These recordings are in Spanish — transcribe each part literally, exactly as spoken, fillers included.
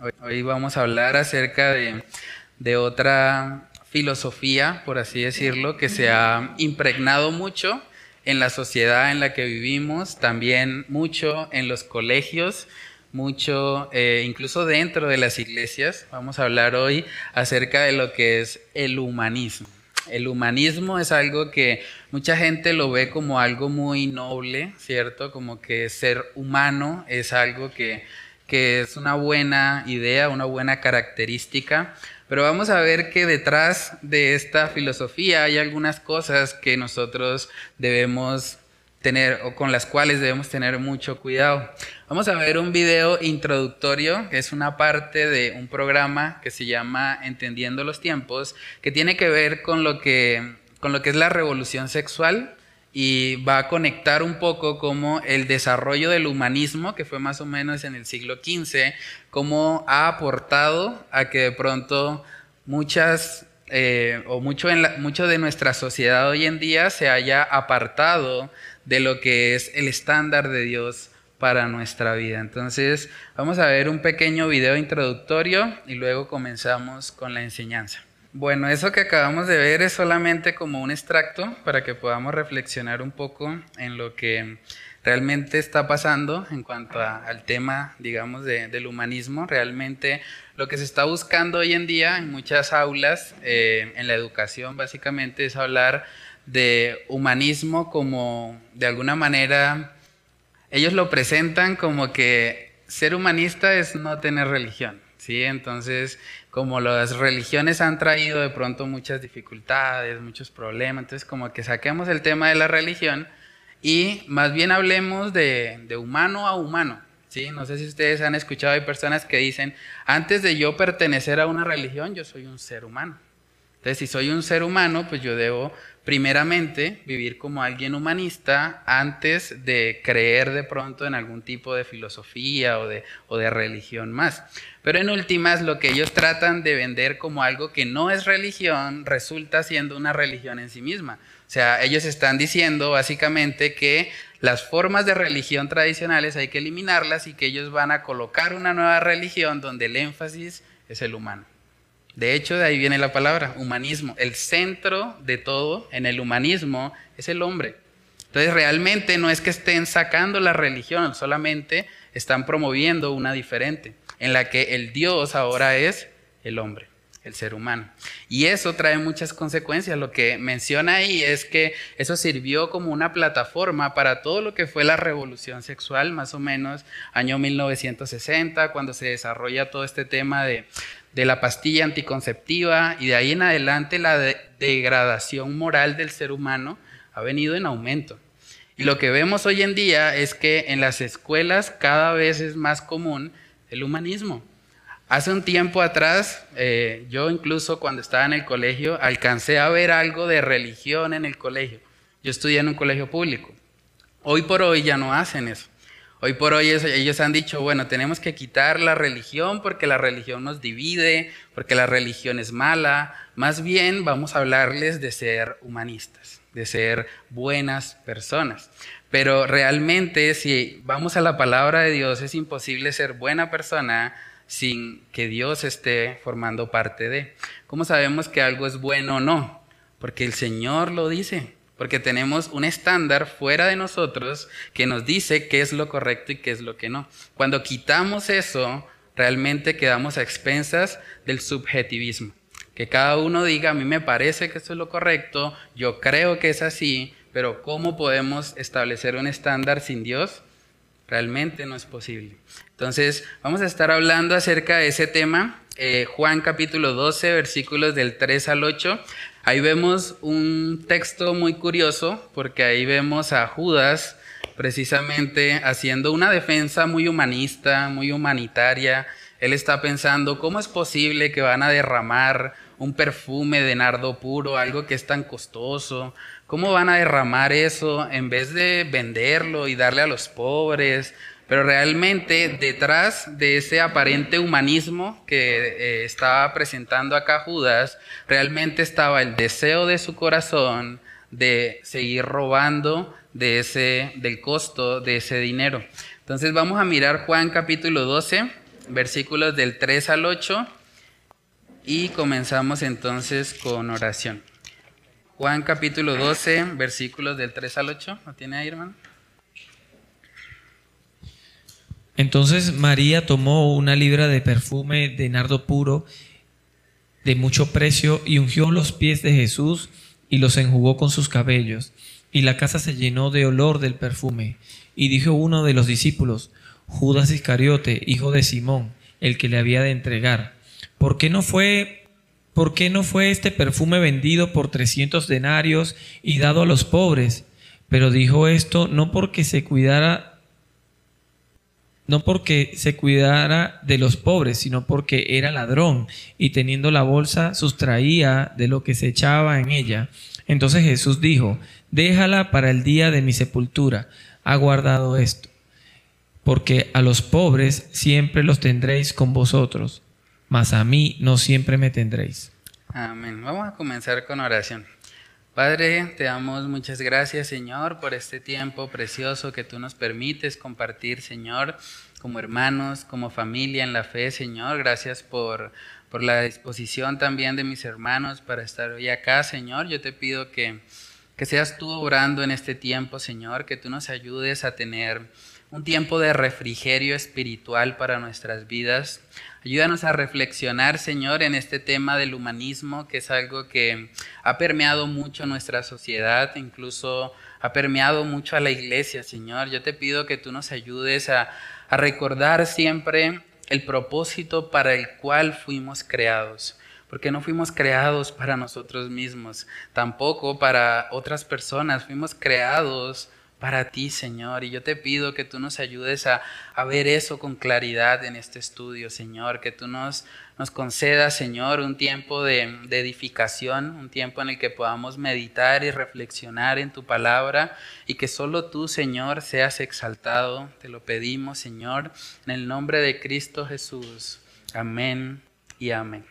Hoy, hoy vamos a hablar acerca de, de otra filosofía, por así decirlo, que se ha impregnado mucho en la sociedad en la que vivimos, también mucho en los colegios, mucho eh, incluso dentro de las iglesias. Vamos a hablar hoy acerca de lo que es el humanismo. El humanismo es algo que mucha gente lo ve como algo muy noble, ¿cierto? Como que ser humano es algo que, que es una buena idea, una buena característica. Pero vamos a ver que detrás de esta filosofía hay algunas cosas que nosotros debemos tener o con las cuales debemos tener mucho cuidado. Vamos a ver un video introductorio, que es una parte de un programa que se llama Entendiendo los Tiempos, que tiene que ver con lo que, con lo que es la revolución sexual y va a conectar un poco como el desarrollo del humanismo, que fue más o menos en el siglo quince, cómo ha aportado a que de pronto muchas eh, o mucho, en la, mucho de nuestra sociedad hoy en día se haya apartado de lo que es el estándar de Dios para nuestra vida. Entonces vamos a ver un pequeño video introductorio y luego comenzamos con la enseñanza. Bueno, eso que acabamos de ver es solamente como un extracto para que podamos reflexionar un poco en lo que realmente está pasando en cuanto a, al tema, digamos, de, del humanismo. Realmente lo que se está buscando hoy en día en muchas aulas, eh, en la educación básicamente, es hablar de humanismo como, de alguna manera, ellos lo presentan como que ser humanista es no tener religión, ¿sí? Entonces, como las religiones han traído de pronto muchas dificultades, muchos problemas, entonces como que saquemos el tema de la religión y más bien hablemos de, de humano a humano, ¿sí? No sé si ustedes han escuchado, hay personas que dicen, antes de yo pertenecer a una religión, yo soy un ser humano. Entonces, si soy un ser humano, pues yo debo primeramente vivir como alguien humanista antes de creer de pronto en algún tipo de filosofía o de, o de religión más. Pero en últimas, lo que ellos tratan de vender como algo que no es religión, resulta siendo una religión en sí misma. O sea, ellos están diciendo básicamente que las formas de religión tradicionales hay que eliminarlas y que ellos van a colocar una nueva religión donde el énfasis es el humano. De hecho, de ahí viene la palabra, humanismo. El centro de todo en el humanismo es el hombre. Entonces, realmente no es que estén sacando la religión, solamente están promoviendo una diferente, en la que el Dios ahora es el hombre, el ser humano. Y eso trae muchas consecuencias. Lo que menciona ahí es que eso sirvió como una plataforma para todo lo que fue la revolución sexual, más o menos año mil novecientos sesenta, cuando se desarrolla todo este tema de... de la pastilla anticonceptiva, y de ahí en adelante la de degradación moral del ser humano ha venido en aumento. Y lo que vemos hoy en día es que en las escuelas cada vez es más común el humanismo. Hace un tiempo atrás, eh, yo incluso cuando estaba en el colegio, alcancé a ver algo de religión en el colegio. Yo estudié en un colegio público. Hoy por hoy ya no hacen eso. Hoy por hoy ellos han dicho, bueno, tenemos que quitar la religión porque la religión nos divide, porque la religión es mala. Más bien vamos a hablarles de ser humanistas, de ser buenas personas. Pero realmente si vamos a la palabra de Dios, es imposible ser buena persona sin que Dios esté formando parte de. ¿Cómo sabemos que algo es bueno o no? Porque el Señor lo dice. Porque tenemos un estándar fuera de nosotros que nos dice qué es lo correcto y qué es lo que no. Cuando quitamos eso, realmente quedamos a expensas del subjetivismo. Que cada uno diga, a mí me parece que esto es lo correcto, yo creo que es así, pero ¿cómo podemos establecer un estándar sin Dios? Realmente no es posible. Entonces, vamos a estar hablando acerca de ese tema. Eh, Juan capítulo doce, versículos del tres al ocho. Ahí vemos un texto muy curioso, porque ahí vemos a Judas precisamente haciendo una defensa muy humanista, muy humanitaria. Él está pensando, ¿cómo es posible que van a derramar un perfume de nardo puro, algo que es tan costoso? ¿Cómo van a derramar eso en vez de venderlo y darle a los pobres? Pero realmente detrás de ese aparente humanismo que eh, estaba presentando acá Judas, realmente estaba el deseo de su corazón de seguir robando de ese, del costo de ese dinero. Entonces vamos a mirar Juan capítulo doce, versículos del tres al ocho, y comenzamos entonces con oración. Juan capítulo doce, versículos del tres al ocho. ¿Lo tiene ahí, hermano? Entonces María tomó una libra de perfume de nardo puro, de mucho precio, y ungió los pies de Jesús y los enjugó con sus cabellos. Y la casa se llenó de olor del perfume. Y dijo uno de los discípulos, Judas Iscariote, hijo de Simón, el que le había de entregar, ¿por qué no fue, por qué no fue este perfume vendido por trescientos denarios y dado a los pobres? Pero dijo esto no porque se cuidara no porque se cuidara de los pobres, sino porque era ladrón, y teniendo la bolsa sustraía de lo que se echaba en ella. Entonces Jesús dijo, déjala para el día de mi sepultura, ha guardado esto, porque a los pobres siempre los tendréis con vosotros, mas a mí no siempre me tendréis. Amén. Vamos a comenzar con oración. Padre, te damos muchas gracias, Señor, por este tiempo precioso que tú nos permites compartir, Señor, como hermanos, como familia en la fe, Señor. Gracias por, por la disposición también de mis hermanos para estar hoy acá, Señor. Yo te pido que, que seas tú obrando en este tiempo, Señor, que tú nos ayudes a tener un tiempo de refrigerio espiritual para nuestras vidas. Ayúdanos a reflexionar, Señor, en este tema del humanismo, que es algo que ha permeado mucho nuestra sociedad, incluso ha permeado mucho a la iglesia, Señor. Yo te pido que tú nos ayudes a, a recordar siempre el propósito para el cual fuimos creados, porque no fuimos creados para nosotros mismos, tampoco para otras personas, fuimos creados para ti, Señor, y yo te pido que tú nos ayudes a, a ver eso con claridad en este estudio, Señor, que tú nos, nos concedas, Señor, un tiempo de, de edificación, un tiempo en el que podamos meditar y reflexionar en tu palabra, y que solo tú, Señor, seas exaltado. Te lo pedimos, Señor, en el nombre de Cristo Jesús. Amén y amén.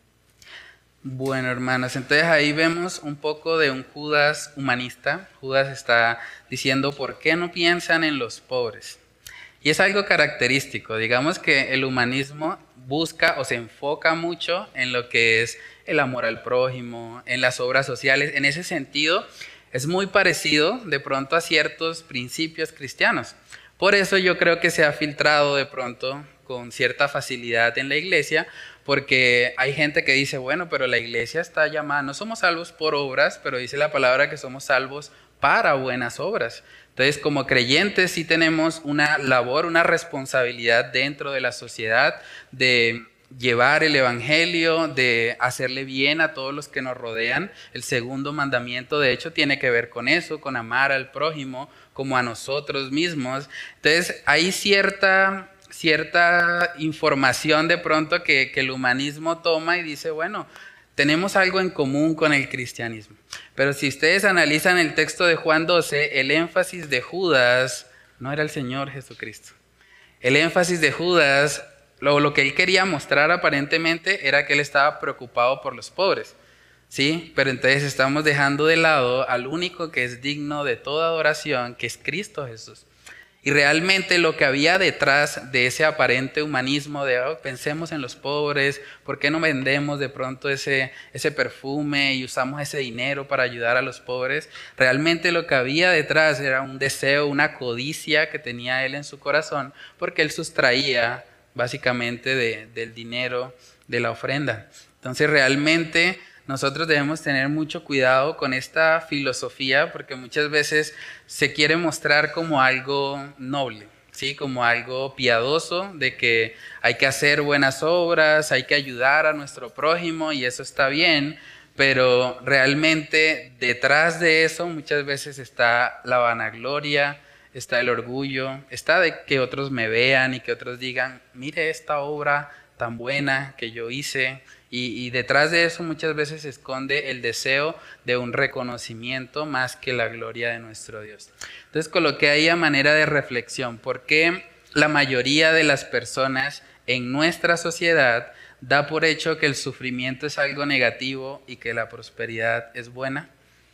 Bueno, hermanos, entonces ahí vemos un poco de un Judas humanista. Judas está diciendo, ¿por qué no piensan en los pobres? Y es algo característico. Digamos que el humanismo busca o se enfoca mucho en lo que es el amor al prójimo, en las obras sociales. En ese sentido, es muy parecido de pronto a ciertos principios cristianos. Por eso yo creo que se ha filtrado de pronto con cierta facilidad en la iglesia, porque hay gente que dice, bueno, pero la iglesia está llamada, no somos salvos por obras, pero dice la palabra que somos salvos para buenas obras. Entonces, como creyentes sí tenemos una labor, una responsabilidad dentro de la sociedad de llevar el evangelio, de hacerle bien a todos los que nos rodean. El segundo mandamiento, de hecho, tiene que ver con eso, con amar al prójimo como a nosotros mismos. Entonces, hay cierta... cierta información de pronto que, que el humanismo toma y dice, bueno, tenemos algo en común con el cristianismo. Pero si ustedes analizan el texto de Juan doce, el énfasis de Judas no era el Señor Jesucristo. El énfasis de Judas, lo, lo que él quería mostrar aparentemente era que él estaba preocupado por los pobres, ¿sí? Pero entonces estamos dejando de lado al único que es digno de toda adoración, que es Cristo Jesús. Y realmente lo que había detrás de ese aparente humanismo de oh, pensemos en los pobres, ¿por qué no vendemos de pronto ese, ese perfume y usamos ese dinero para ayudar a los pobres? Realmente lo que había detrás era un deseo, una codicia que tenía él en su corazón, porque él sustraía básicamente de, del dinero de la ofrenda. Entonces realmente nosotros debemos tener mucho cuidado con esta filosofía, porque muchas veces se quiere mostrar como algo noble, ¿sí? Como algo piadoso, de que hay que hacer buenas obras, hay que ayudar a nuestro prójimo y eso está bien, pero realmente detrás de eso muchas veces está la vanagloria, está el orgullo, está de que otros me vean y que otros digan, mire esta obra tan buena que yo hice. Y, y detrás de eso muchas veces se esconde el deseo de un reconocimiento más que la gloria de nuestro Dios. Entonces coloqué ahí a manera de reflexión, ¿por qué la mayoría de las personas en nuestra sociedad da por hecho que el sufrimiento es algo negativo y que la prosperidad es buena?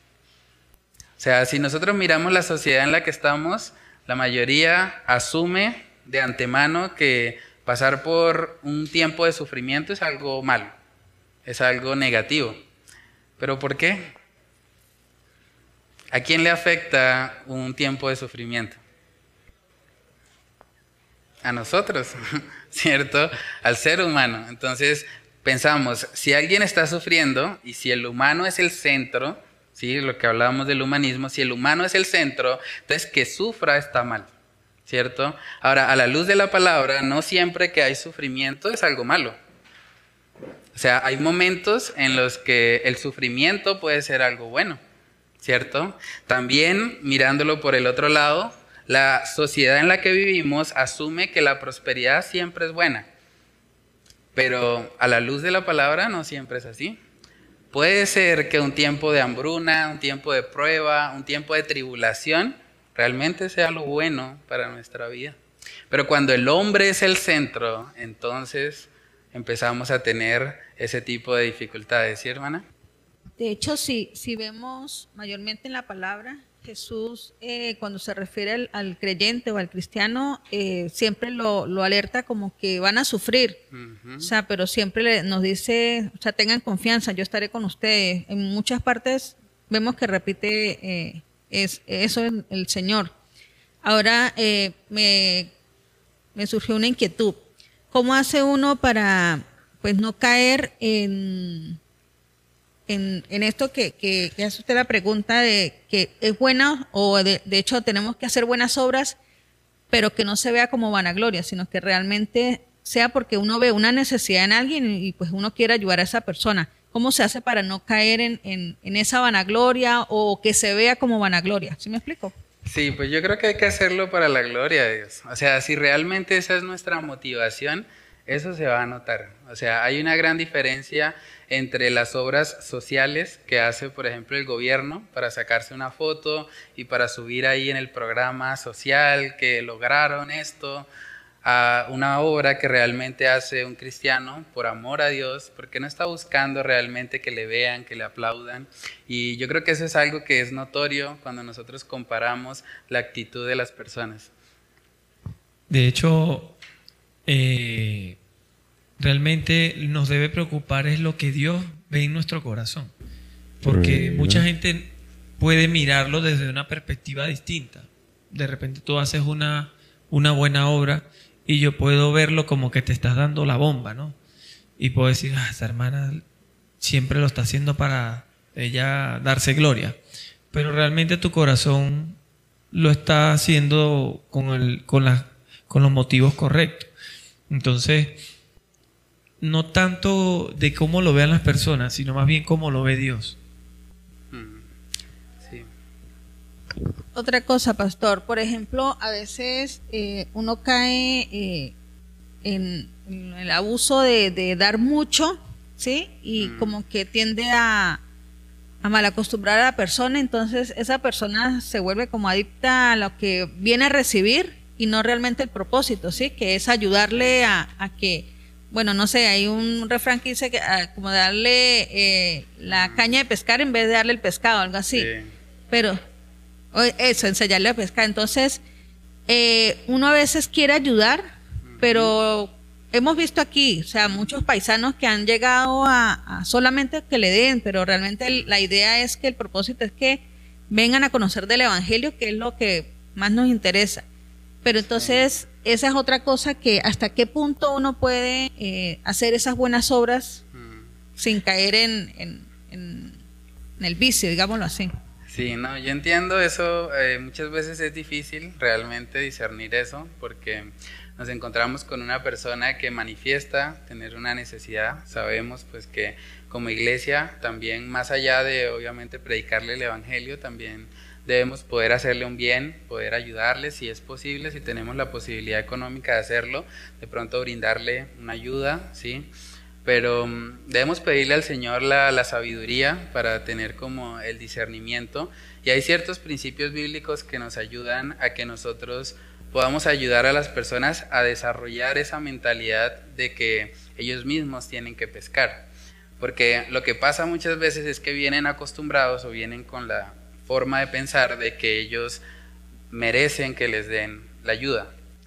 O sea, si nosotros miramos la sociedad en la que estamos, la mayoría asume de antemano que pasar por un tiempo de sufrimiento es algo malo, es algo negativo. ¿Pero por qué? ¿A quién le afecta un tiempo de sufrimiento? A nosotros, ¿cierto? Al ser humano. Entonces pensamos, si alguien está sufriendo y si el humano es el centro, ¿sí? Lo que hablábamos del humanismo, si el humano es el centro, entonces que sufra está mal, ¿cierto? Ahora, a la luz de la palabra, no siempre que hay sufrimiento es algo malo. O sea, hay momentos en los que el sufrimiento puede ser algo bueno, ¿cierto? También, mirándolo por el otro lado, la sociedad en la que vivimos asume que la prosperidad siempre es buena, pero a la luz de la palabra no siempre es así. Puede ser que un tiempo de hambruna, un tiempo de prueba, un tiempo de tribulación, realmente sea lo bueno para nuestra vida. Pero cuando el hombre es el centro, entonces empezamos a tener ese tipo de dificultades, ¿sí, hermana? De hecho, si, si vemos mayormente en la palabra, Jesús eh, cuando se refiere al, al creyente o al cristiano, eh, siempre lo, lo alerta como que van a sufrir, uh-huh. O sea, pero siempre le, nos dice, o sea, tengan confianza, yo estaré con ustedes. En muchas partes vemos que repite eh, es, eso el, el Señor. Ahora eh, me, me surgió una inquietud. ¿Cómo hace uno para pues no caer en... En, en esto que, que, que hace usted la pregunta de que es buena o de, de hecho tenemos que hacer buenas obras, pero que no se vea como vanagloria, sino que realmente sea porque uno ve una necesidad en alguien y, y pues uno quiere ayudar a esa persona? ¿Cómo se hace para no caer en, en, en esa vanagloria o que se vea como vanagloria? ¿Sí me explico? Sí, pues yo creo que hay que hacerlo para la gloria de Dios. O sea, si realmente esa es nuestra motivación, eso se va a notar. O sea, hay una gran diferencia entre las obras sociales que hace, por ejemplo, el gobierno para sacarse una foto y para subir ahí en el programa social que lograron esto, a una obra que realmente hace un cristiano por amor a Dios, porque no está buscando realmente que le vean, que le aplaudan. Y yo creo que eso es algo que es notorio cuando nosotros comparamos la actitud de las personas. De hecho, eh, realmente nos debe preocupar es lo que Dios ve en nuestro corazón, porque mucha gente puede mirarlo desde una perspectiva distinta. De repente tú haces una, una buena obra y yo puedo verlo como que te estás dando la bomba, ¿no? Y puedo decir, ah, esa hermana siempre lo está haciendo para ella darse gloria, pero realmente tu corazón lo está haciendo con, el, con, la, con los motivos correctos. Entonces, no tanto de cómo lo vean las personas, sino más bien cómo lo ve Dios. Sí. Otra cosa, pastor, por ejemplo, a veces eh, uno cae eh, en, en el abuso de, de dar mucho, ¿sí? Y mm. como que tiende a, a malacostumbrar a la persona, entonces esa persona se vuelve como adicta a lo que viene a recibir y no realmente el propósito, ¿sí? Que es ayudarle a, a que, bueno, no sé, hay un refrán que dice que a, como darle eh, la caña de pescar en vez de darle el pescado, algo así. Sí. Pero eso, enseñarle a pescar. Entonces, eh, uno a veces quiere ayudar, uh-huh. pero hemos visto aquí, o sea, muchos paisanos que han llegado a, a solamente que le den, pero realmente el, la idea es que el propósito es que vengan a conocer del Evangelio, que es lo que más nos interesa. Pero entonces, esa es otra cosa, que hasta qué punto uno puede eh, hacer esas buenas obras mm. sin caer en, en, en, en el vicio, digámoslo así. Sí, no, yo entiendo eso. Eh, muchas veces es difícil realmente discernir eso, porque nos encontramos con una persona que manifiesta tener una necesidad. Sabemos pues que como iglesia también, más allá de obviamente predicarle el Evangelio, también debemos poder hacerle un bien, poder ayudarle si es posible, si tenemos la posibilidad económica de hacerlo, de pronto brindarle una ayuda, ¿sí? Pero um, debemos pedirle al Señor la, la sabiduría para tener como el discernimiento, y hay ciertos principios bíblicos que nos ayudan a que nosotros podamos ayudar a las personas a desarrollar esa mentalidad de que ellos mismos tienen que pescar, porque lo que pasa muchas veces es que vienen acostumbrados o vienen con la forma de pensar de que ellos merecen que les den la ayuda,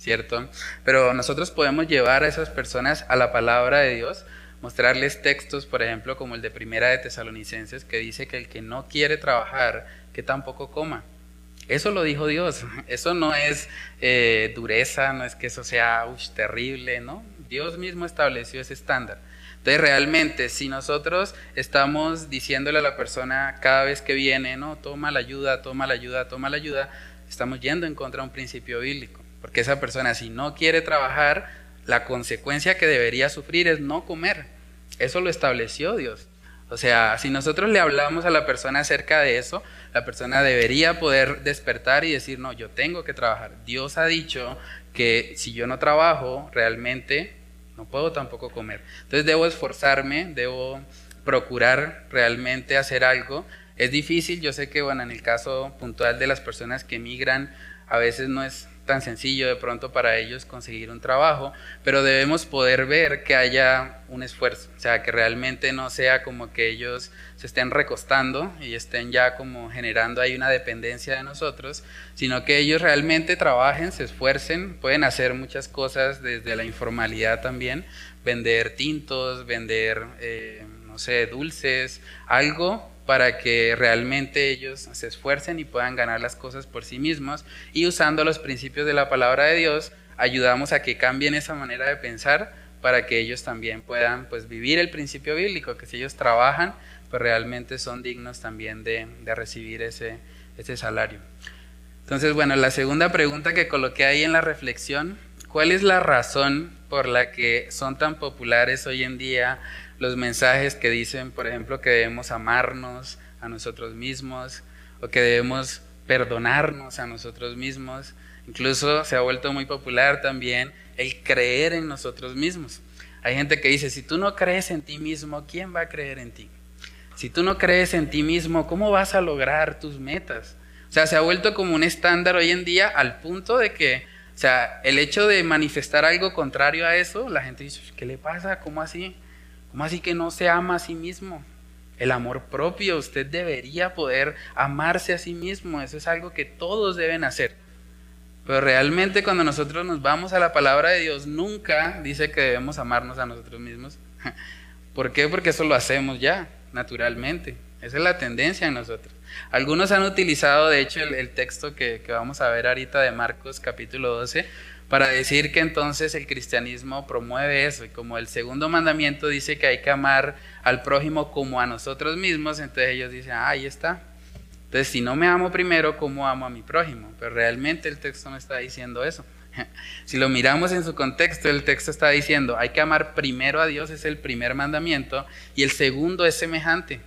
¿cierto? Pero nosotros podemos llevar a esas personas a la palabra de Dios, mostrarles textos, por ejemplo, como el de Primera de Tesalonicenses, que dice que el que no quiere trabajar, que tampoco coma. Eso lo dijo Dios, eso no es eh, dureza, no es que eso sea uy, terrible, ¿no? Dios mismo estableció ese estándar. Entonces realmente si nosotros estamos diciéndole a la persona cada vez que viene, no, toma la ayuda, toma la ayuda, toma la ayuda, estamos yendo en contra de un principio bíblico, porque esa persona si no quiere trabajar, la consecuencia que debería sufrir es no comer. Eso lo estableció Dios. O sea, si nosotros le hablamos a la persona acerca de eso, la persona debería poder despertar y decir, no, yo tengo que trabajar. Dios ha dicho que si yo no trabajo, realmente no puedo tampoco comer. Entonces debo esforzarme, debo procurar realmente hacer algo. Es difícil, yo sé que bueno, en el caso puntual de las personas que emigran, a veces no es tan sencillo de pronto para ellos conseguir un trabajo, pero debemos poder ver que haya un esfuerzo, o sea, que realmente no sea como que ellos se estén recostando y estén ya como generando ahí una dependencia de nosotros, sino que ellos realmente trabajen, se esfuercen, pueden hacer muchas cosas desde la informalidad también, vender tintos, vender, eh, no sé, dulces, algo para que realmente ellos se esfuercen y puedan ganar las cosas por sí mismos, y usando los principios de la palabra de Dios ayudamos a que cambien esa manera de pensar para que ellos también puedan pues vivir el principio bíblico, que si ellos trabajan pues realmente son dignos también de, de recibir ese, ese salario. Entonces bueno, la segunda pregunta que coloqué ahí en la reflexión, ¿cuál es la razón por la que son tan populares hoy en día los mensajes que dicen, por ejemplo, que debemos amarnos a nosotros mismos o que debemos perdonarnos a nosotros mismos? Incluso se ha vuelto muy popular también el creer en nosotros mismos. Hay gente que dice, si tú no crees en ti mismo, ¿quién va a creer en ti? Si tú no crees en ti mismo, ¿cómo vas a lograr tus metas? O sea, se ha vuelto como un estándar hoy en día al punto de que, o sea, el hecho de manifestar algo contrario a eso, la gente dice, ¿qué le pasa? ¿Cómo así? ¿Cómo así que no se ama a sí mismo? El amor propio, usted debería poder amarse a sí mismo, eso es algo que todos deben hacer. Pero realmente cuando nosotros nos vamos a la palabra de Dios, nunca dice que debemos amarnos a nosotros mismos. ¿Por qué? Porque eso lo hacemos ya, naturalmente. Esa es la tendencia en nosotros. Algunos han utilizado, de hecho, el, el texto que, que vamos a ver ahorita de Marcos capítulo doce, para decir que entonces el cristianismo promueve eso, y como el segundo mandamiento dice que hay que amar al prójimo como a nosotros mismos, entonces ellos dicen, ah, ahí está. Entonces si no me amo primero, ¿cómo amo a mi prójimo? Pero realmente el texto no está diciendo eso. Si lo miramos en su contexto, el texto está diciendo, hay que amar primero a Dios, es el primer mandamiento, y el segundo es semejante,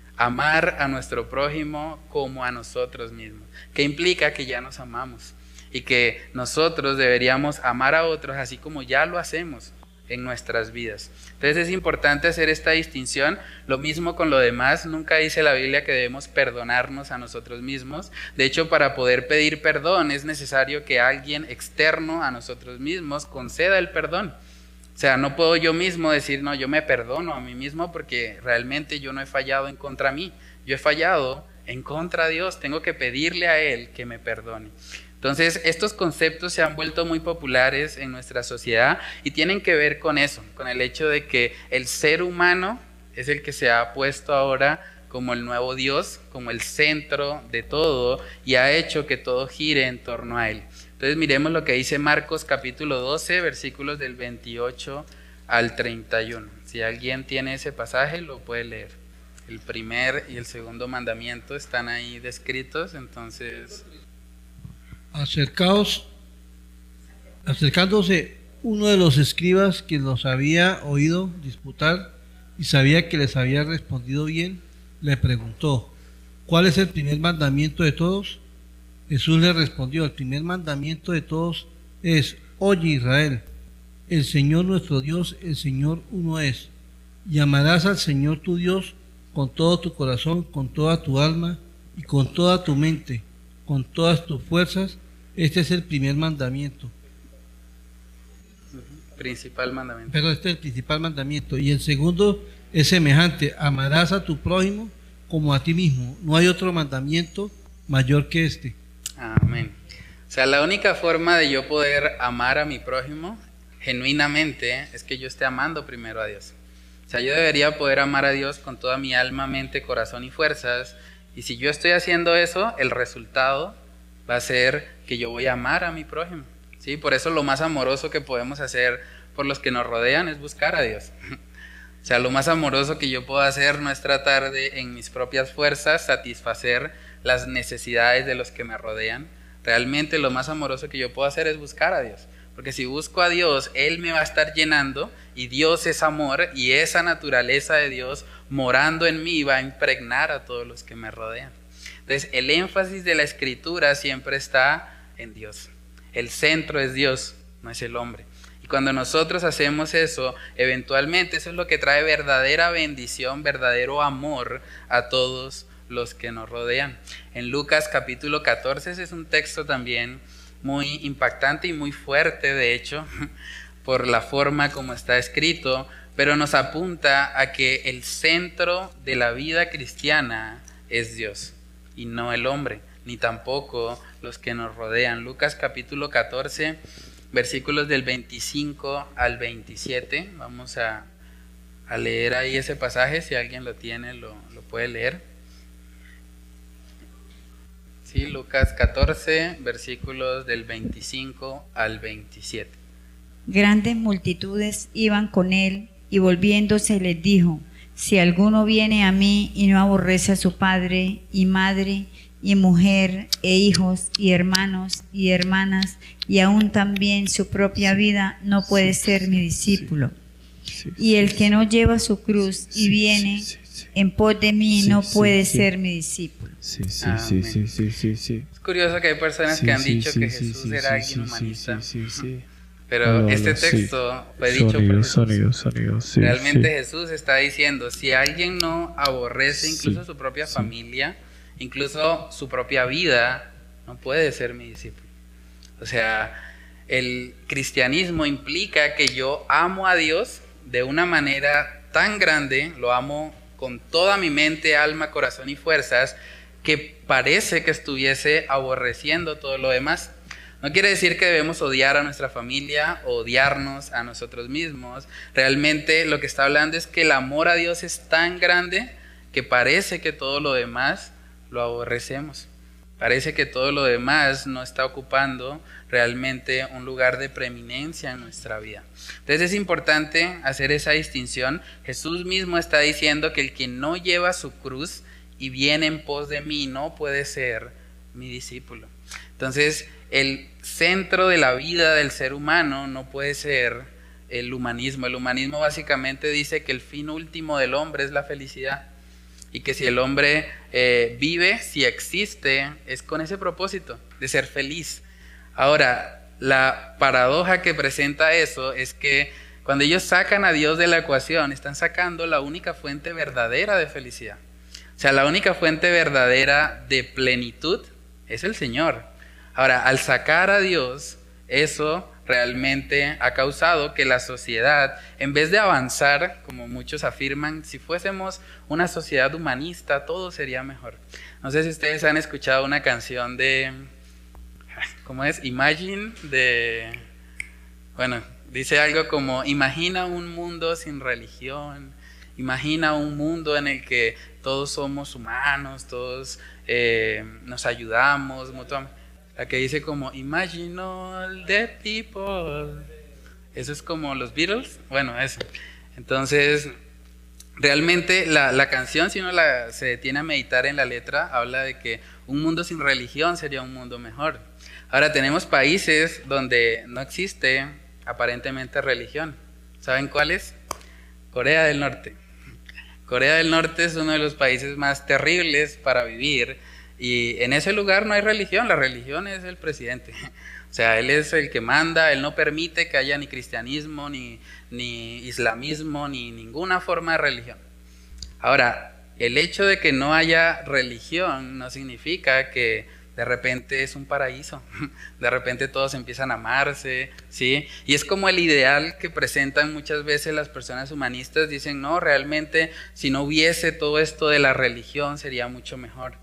amar a nuestro prójimo como a nosotros mismos, que implica que ya nos amamos. Y que nosotros deberíamos amar a otros así como ya lo hacemos en nuestras vidas. Entonces es importante hacer esta distinción. Lo mismo con lo demás, nunca dice la Biblia que debemos perdonarnos a nosotros mismos. De hecho, para poder pedir perdón es necesario que alguien externo a nosotros mismos conceda el perdón. O sea, no puedo yo mismo decir, no, yo me perdono a mí mismo porque realmente yo no he fallado en contra mí. Yo he fallado en contra de Dios, tengo que pedirle a Él que me perdone. Entonces, estos conceptos se han vuelto muy populares en nuestra sociedad y tienen que ver con eso, con el hecho de que el ser humano es el que se ha puesto ahora como el nuevo Dios, como el centro de todo, y ha hecho que todo gire en torno a Él. Entonces, miremos lo que dice Marcos capítulo doce, versículos del veintiocho al treinta y uno. Si alguien tiene ese pasaje, lo puede leer. El primer y el segundo mandamiento están ahí descritos, entonces... Acercaos, acercándose uno de los escribas que los había oído disputar y sabía que les había respondido bien, le preguntó, ¿cuál es el primer mandamiento de todos? Jesús le respondió, el primer mandamiento de todos es, oye Israel, el Señor nuestro Dios, el Señor uno es, y amarás al Señor tu Dios con todo tu corazón, con toda tu alma y con toda tu mente, con todas tus fuerzas. Este es el primer mandamiento. Principal mandamiento. Pero este es el principal mandamiento. Y el segundo es semejante. Amarás a tu prójimo como a ti mismo. No hay otro mandamiento mayor que este. Amén. O sea, la única forma de yo poder amar a mi prójimo genuinamente es que yo esté amando primero a Dios. O sea, yo debería poder amar a Dios con toda mi alma, mente, corazón y fuerzas. Y si yo estoy haciendo eso, el resultado va a ser que yo voy a amar a mi prójimo. ¿Sí? Por eso lo más amoroso que podemos hacer por los que nos rodean es buscar a Dios. O sea, lo más amoroso que yo puedo hacer no es tratar de, en mis propias fuerzas, satisfacer las necesidades de los que me rodean. Realmente lo más amoroso que yo puedo hacer es buscar a Dios. Porque si busco a Dios, Él me va a estar llenando, y Dios es amor, y esa naturaleza de Dios morando en mí va a impregnar a todos los que me rodean. Entonces, el énfasis de la Escritura siempre está en Dios. El centro es Dios, no es el hombre. Y cuando nosotros hacemos eso, eventualmente eso es lo que trae verdadera bendición, verdadero amor a todos los que nos rodean. En Lucas capítulo catorce, ese es un texto también muy impactante y muy fuerte, de hecho, por la forma como está escrito, pero nos apunta a que el centro de la vida cristiana es Dios y no el hombre, ni tampoco los que nos rodean. Lucas capítulo catorce, versículos del veinticinco al veintisiete, vamos a, a leer ahí ese pasaje, si alguien lo tiene lo, lo puede leer. Sí, Lucas catorce, versículos del veinticinco al veintisiete. Grandes multitudes iban con él, y volviéndose les dijo: si alguno viene a mí y no aborrece a su padre y madre y mujer e hijos y hermanos y hermanas y aún también su propia vida, no puede ser mi discípulo. Y el que no lleva su cruz y viene en pos de mí no puede ser mi discípulo. Sí, sí, sí, sí, sí, sí, sí. Es curioso que hay personas Sí, que han sí, dicho sí, que sí, Jesús sí, era sí, alguien sí, humanista. sí, sí, sí. Pero No, este no, sí. texto fue dicho por Sonido, Jesús. sonido, sonido, sí, Realmente sí. Jesús está diciendo, si alguien no aborrece incluso Sí, su propia sí. familia, incluso su propia vida, no puede ser mi discípulo. O sea, el cristianismo implica que yo amo a Dios de una manera tan grande, lo amo con toda mi mente, alma, corazón y fuerzas, que parece que estuviese aborreciendo todo lo demás. No quiere decir que debemos odiar a nuestra familia o odiarnos a nosotros mismos. Realmente lo que está hablando es que el amor a Dios es tan grande que parece que todo lo demás lo aborrecemos. Parece que todo lo demás no está ocupando realmente un lugar de preeminencia en nuestra vida. Entonces es importante hacer esa distinción. Jesús mismo está diciendo que el que no lleva su cruz y viene en pos de mí no puede ser mi discípulo. Entonces el centro de la vida del ser humano no puede ser el humanismo. El humanismo básicamente dice que el fin último del hombre es la felicidad. Y que si el hombre eh, vive, si existe, es con ese propósito de ser feliz. Ahora, la paradoja que presenta eso es que cuando ellos sacan a Dios de la ecuación, están sacando la única fuente verdadera de felicidad. O sea, la única fuente verdadera de plenitud es el Señor. Ahora, al sacar a Dios, eso realmente ha causado que la sociedad, en vez de avanzar, como muchos afirman, si fuésemos una sociedad humanista, todo sería mejor. No sé si ustedes han escuchado una canción de, ¿cómo es? Imagine, de, bueno, dice algo como, imagina un mundo sin religión, imagina un mundo en el que todos somos humanos, todos eh, nos ayudamos mutuamente. La que dice como, imagine all the people. Eso es como los Beatles. Bueno, eso. Entonces, realmente la, la canción, si uno la, se detiene a meditar en la letra, habla de que un mundo sin religión sería un mundo mejor. Ahora, tenemos países donde no existe aparentemente religión. ¿Saben cuáles? Corea del Norte. Corea del Norte es uno de los países más terribles para vivir. Y en ese lugar no hay religión, la religión es el presidente. O sea, él es el que manda, él no permite que haya ni cristianismo, ni, ni islamismo, ni ninguna forma de religión. Ahora, el hecho de que no haya religión no significa que de repente es un paraíso, de repente todos empiezan a amarse, ¿sí? Y es como el ideal que presentan muchas veces las personas humanistas, dicen, no, realmente si no hubiese todo esto de la religión sería mucho mejor.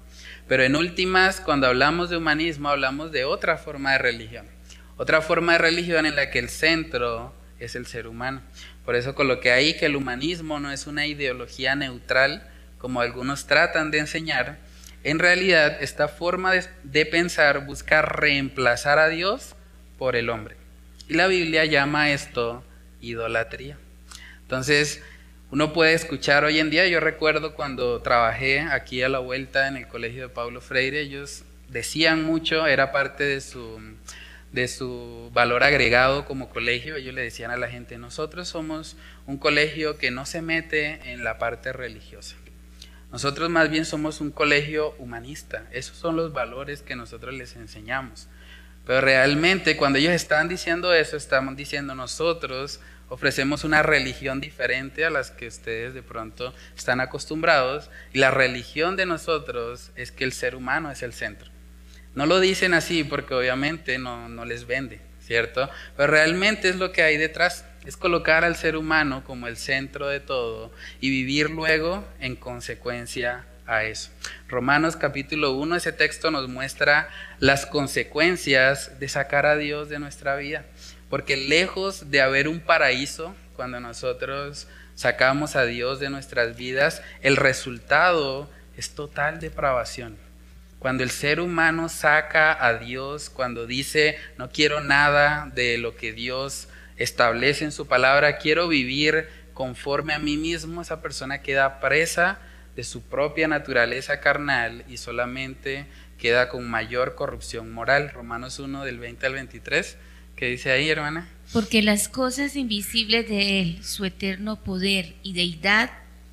Pero en últimas, cuando hablamos de humanismo, hablamos de otra forma de religión. Otra forma de religión en la que el centro es el ser humano. Por eso coloqué ahí que el humanismo no es una ideología neutral, como algunos tratan de enseñar. En realidad, esta forma de, de pensar busca reemplazar a Dios por el hombre. Y la Biblia llama esto idolatría. Entonces, uno puede escuchar hoy en día, yo recuerdo cuando trabajé aquí a la vuelta en el colegio de Paulo Freire, ellos decían mucho, era parte de su, de su valor agregado como colegio, ellos le decían a la gente, nosotros somos un colegio que no se mete en la parte religiosa. Nosotros más bien somos un colegio humanista, esos son los valores que nosotros les enseñamos. Pero realmente cuando ellos estaban diciendo eso, estaban diciendo nosotros ofrecemos una religión diferente a las que ustedes de pronto están acostumbrados, y la religión de nosotros es que el ser humano es el centro. No lo dicen así porque obviamente no, no les vende, ¿cierto? Pero realmente es lo que hay detrás, es colocar al ser humano como el centro de todo y vivir luego en consecuencia a eso. Romanos capítulo uno, ese texto nos muestra las consecuencias de sacar a Dios de nuestra vida. Porque lejos de haber un paraíso, cuando nosotros sacamos a Dios de nuestras vidas, el resultado es total depravación. Cuando el ser humano saca a Dios, cuando dice, no quiero nada de lo que Dios establece en su palabra, quiero vivir conforme a mí mismo, esa persona queda presa de su propia naturaleza carnal y solamente queda con mayor corrupción moral. Romanos uno del veinte al veintitrés. ¿Qué dice ahí, hermana? Porque las cosas invisibles de Él, su eterno poder y deidad,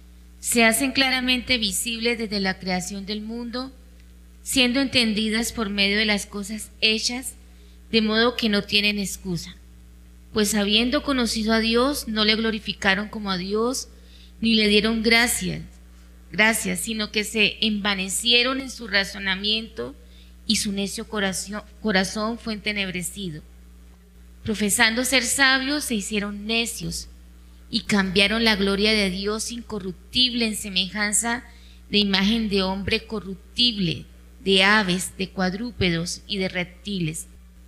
se hacen claramente visibles desde la creación del mundo, siendo entendidas por medio de las cosas hechas, de modo que no tienen excusa. Pues habiendo conocido a Dios, no le glorificaron como a Dios, ni le dieron gracias, gracias, sino que se envanecieron en su razonamiento y su necio corazón, corazón fue entenebrecido. Profesando ser sabios, se hicieron necios y cambiaron la gloria de Dios incorruptible en semejanza de imagen de hombre corruptible, de aves, de cuadrúpedos y de reptiles.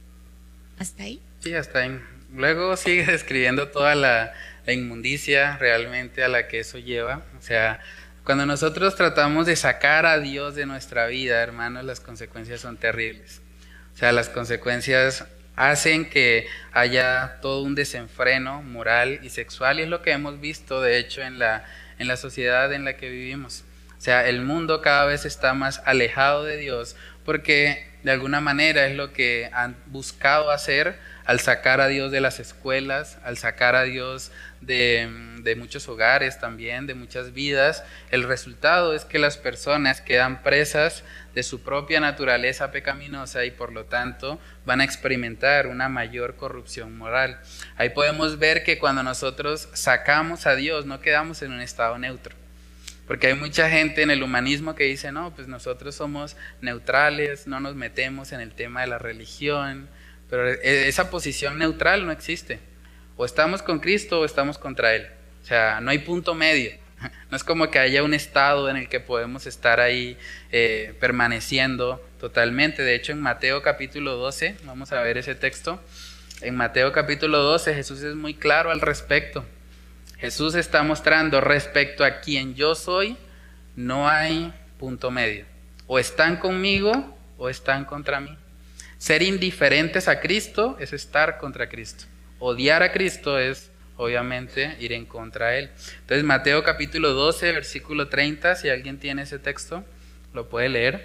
¿Hasta ahí? Sí, hasta ahí. Luego sigue describiendo toda la, la inmundicia realmente a la que eso lleva. O sea, cuando nosotros tratamos de sacar a Dios de nuestra vida, hermanos, las consecuencias son terribles. O sea, las consecuencias hacen que haya todo un desenfreno moral y sexual, y es lo que hemos visto de hecho en la, en la sociedad en la que vivimos. O sea, el mundo cada vez está más alejado de Dios porque de alguna manera es lo que han buscado hacer al sacar a Dios de las escuelas, al sacar a Dios de, de muchos hogares también, de muchas vidas. El resultado es que las personas quedan presas de su propia naturaleza pecaminosa y por lo tanto van a experimentar una mayor corrupción moral. Ahí podemos ver que cuando nosotros sacamos a Dios no quedamos en un estado neutro. Porque hay mucha gente en el humanismo que dice, no, pues nosotros somos neutrales, no nos metemos en el tema de la religión, pero esa posición neutral no existe. O estamos con Cristo o estamos contra Él. O sea, no hay punto medio. No es como que haya un estado en el que podemos estar ahí eh, permaneciendo totalmente. De hecho, en Mateo capítulo doce, vamos a ver ese texto. En Mateo capítulo doce, Jesús es muy claro al respecto. Jesús está mostrando respecto a quien yo soy, no hay punto medio. O están conmigo o están contra mí. Ser indiferentes a Cristo es estar contra Cristo. Odiar a Cristo es, obviamente, ir en contra de Él. Entonces, Mateo capítulo doce, versículo treinta, si alguien tiene ese texto, lo puede leer.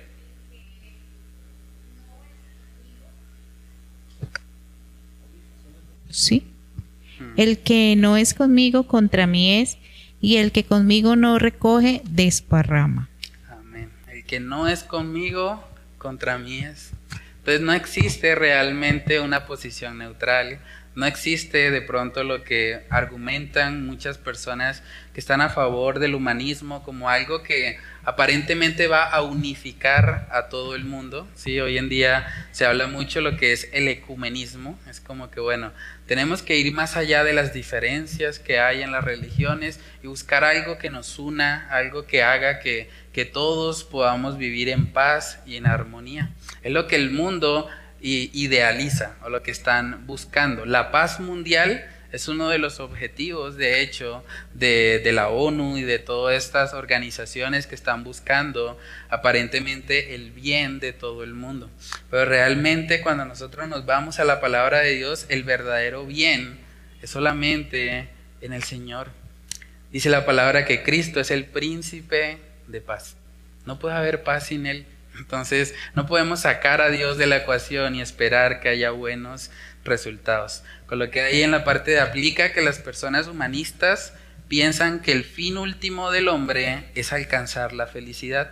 Sí. El que no es conmigo, contra mí es, y el que conmigo no recoge, desparrama. Amén. El que no es conmigo, contra mí es. Entonces no existe realmente una posición neutral, No existe de pronto lo que argumentan muchas personas que están a favor del humanismo como algo que aparentemente va a unificar a todo el mundo. Sí, hoy en día se habla mucho de lo que es el ecumenismo. Es como que, bueno, tenemos que ir más allá de las diferencias que hay en las religiones y buscar algo que nos una, algo que haga que, que todos podamos vivir en paz y en armonía. Es lo que el mundo idealiza o lo que están buscando. La paz mundial es uno de los objetivos, de hecho, de, de la ONU y de todas estas organizaciones que están buscando aparentemente el bien de todo el mundo. Pero realmente cuando nosotros nos vamos a la palabra de Dios, el verdadero bien es solamente en el Señor. Dice la palabra que Cristo es el príncipe de paz. No puede haber paz sin Él. Entonces no podemos sacar a Dios de la ecuación y esperar que haya buenos resultados. Con lo que ahí en la parte de aplica que las personas humanistas piensan que el fin último del hombre es alcanzar la felicidad.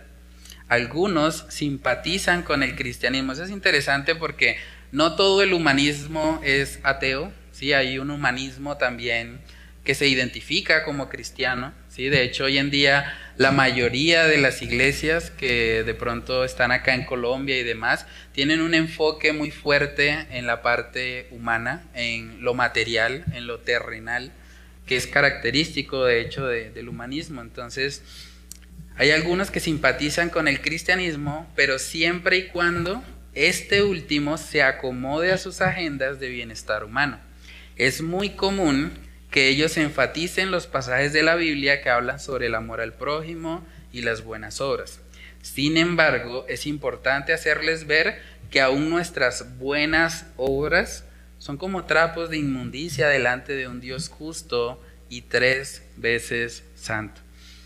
Algunos simpatizan con el cristianismo. Eso es interesante porque no todo el humanismo es ateo, ¿sí? Hay un humanismo también que se identifica como cristiano, ¿sí? De hecho, hoy en día la mayoría de las iglesias que de pronto están acá en Colombia y demás tienen un enfoque muy fuerte en la parte humana, en lo material, en lo terrenal, que es característico de hecho de, del humanismo. Entonces, hay algunos que simpatizan con el cristianismo, pero siempre y cuando este último se acomode a sus agendas de bienestar humano. Es muy común que ellos enfaticen los pasajes de la Biblia que hablan sobre el amor al prójimo y las buenas obras. Sin embargo, es importante hacerles ver que aún nuestras buenas obras son como trapos de inmundicia delante de un Dios justo y tres veces santo.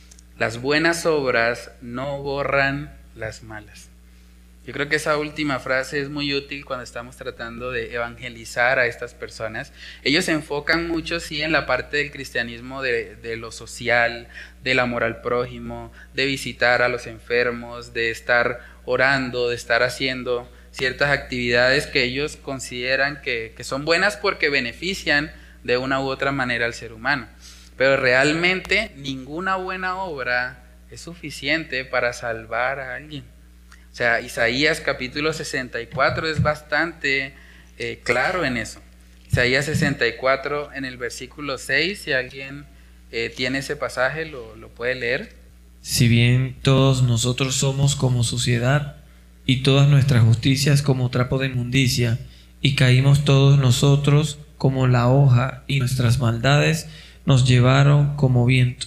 Las buenas obras no borran las malas. Yo creo que esa última frase es muy útil cuando estamos tratando de evangelizar a estas personas. Ellos se enfocan mucho, sí, en la parte del cristianismo de, de lo social, del amor al prójimo, de visitar a los enfermos, de estar orando, de estar haciendo ciertas actividades que ellos consideran que, que son buenas porque benefician de una u otra manera al ser humano. Pero realmente ninguna buena obra es suficiente para salvar a alguien. O sea, Isaías capítulo sesenta y cuatro es bastante eh, claro en eso. Isaías sesenta y cuatro en el versículo seis, si alguien eh, tiene ese pasaje, lo, lo puede leer. Si bien todos nosotros somos como suciedad, y todas nuestras justicias como trapo de inmundicia, y caímos todos nosotros como la hoja, y nuestras maldades nos llevaron como viento.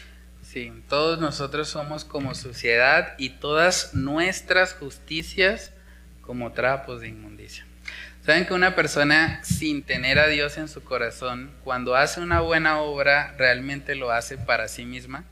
Sí, todos nosotros somos como suciedad y todas nuestras justicias como trapos de inmundicia. ¿Saben que una persona sin tener a Dios en su corazón, cuando hace una buena obra, realmente lo hace para sí misma?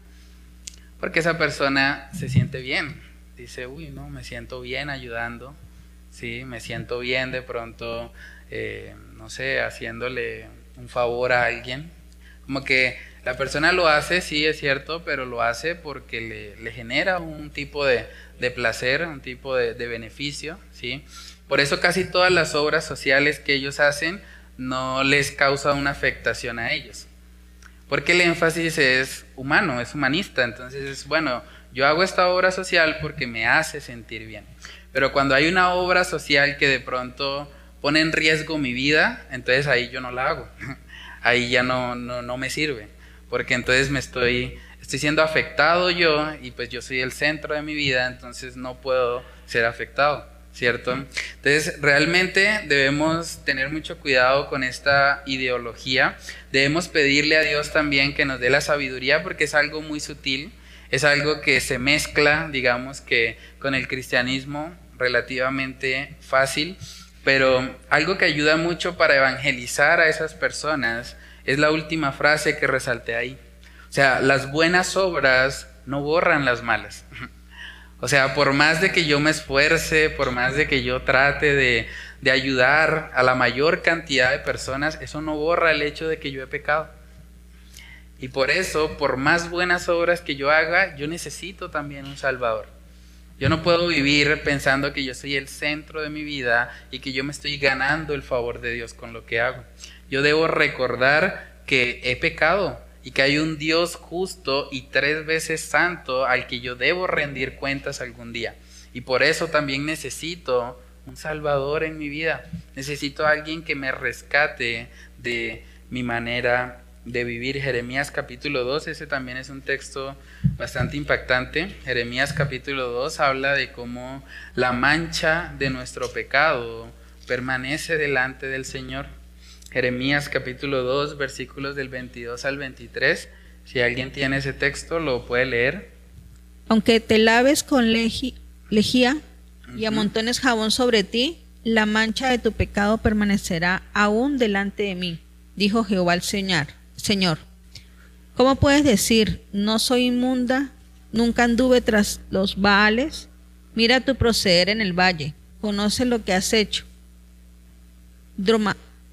Porque esa persona se siente bien. Dice, uy, no, me siento bien ayudando, sí, me siento bien de pronto, eh, no sé, haciéndole un favor a alguien. Como que la persona lo hace, sí, es cierto, pero lo hace porque le, le genera un tipo de, de placer, un tipo de, de beneficio, ¿sí? Por eso casi todas las obras sociales que ellos hacen no les causa una afectación a ellos. Porque el énfasis es humano, es humanista. Entonces es, bueno, yo hago esta obra social porque me hace sentir bien. Pero cuando hay una obra social que de pronto pone en riesgo mi vida, entonces ahí yo no la hago. Ahí ya no, no, no me sirve. Porque entonces me estoy, estoy siendo afectado yo y pues yo soy el centro de mi vida, entonces no puedo ser afectado, ¿cierto? Entonces realmente debemos tener mucho cuidado con esta ideología. Debemos pedirle a Dios también que nos dé la sabiduría porque es algo muy sutil, es algo que se mezcla, digamos que con el cristianismo relativamente fácil, pero algo que ayuda mucho para evangelizar a esas personas es la última frase que resalté ahí. O sea, las buenas obras no borran las malas. O sea, por más de que yo me esfuerce, por más de que yo trate de, de ayudar a la mayor cantidad de personas, eso no borra el hecho de que yo he pecado. Y por eso, por más buenas obras que yo haga, yo necesito también un Salvador. Yo no puedo vivir pensando que yo soy el centro de mi vida y que yo me estoy ganando el favor de Dios con lo que hago. Yo debo recordar que he pecado y que hay un Dios justo y tres veces santo al que yo debo rendir cuentas algún día. Y por eso también necesito un Salvador en mi vida. Necesito a alguien que me rescate de mi manera de vivir. Jeremías capítulo dos, ese también es un texto bastante impactante. Jeremías capítulo dos habla de cómo la mancha de nuestro pecado permanece delante del Señor. Jeremías capítulo dos, versículos del veintidós al veintitrés. Si alguien tiene ese texto, lo puede leer. Aunque te laves con legi- lejía y amontones jabón sobre ti, la mancha de tu pecado permanecerá aún delante de mí, dijo Jehová el Señor. Señor, ¿cómo puedes decir, no soy inmunda, nunca anduve tras los Baales? Mira tu proceder en el valle, conoce lo que has hecho. Droma,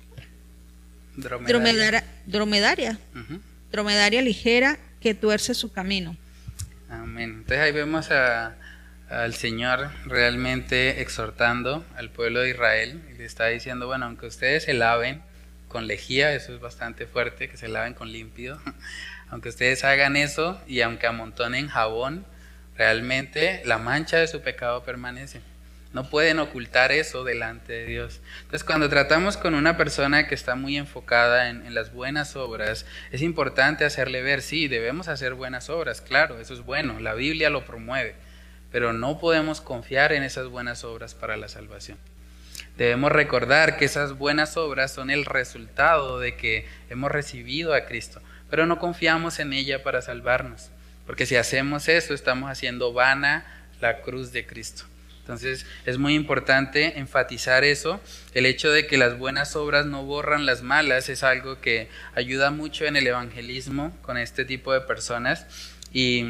Dromedaria. dromedaria, dromedaria, Uh-huh. dromedaria ligera que tuerce su camino. Amén. Entonces ahí vemos a, al Señor realmente exhortando al pueblo de Israel. Y le está diciendo, bueno, aunque ustedes se laven con lejía, eso es bastante fuerte, que se laven con límpido. Aunque ustedes hagan eso y aunque amontonen jabón, realmente la mancha de su pecado permanece. No pueden ocultar eso delante de Dios. Entonces, cuando tratamos con una persona que está muy enfocada en, en las buenas obras, es importante hacerle ver, sí, debemos hacer buenas obras, claro, eso es bueno, la Biblia lo promueve, pero no podemos confiar en esas buenas obras para la salvación. Debemos recordar que esas buenas obras son el resultado de que hemos recibido a Cristo, pero no confiamos en ella para salvarnos, porque si hacemos eso, estamos haciendo vana la cruz de Cristo. Entonces es muy importante enfatizar eso. El hecho de que las buenas obras no borran las malas es algo que ayuda mucho en el evangelismo con este tipo de personas, y,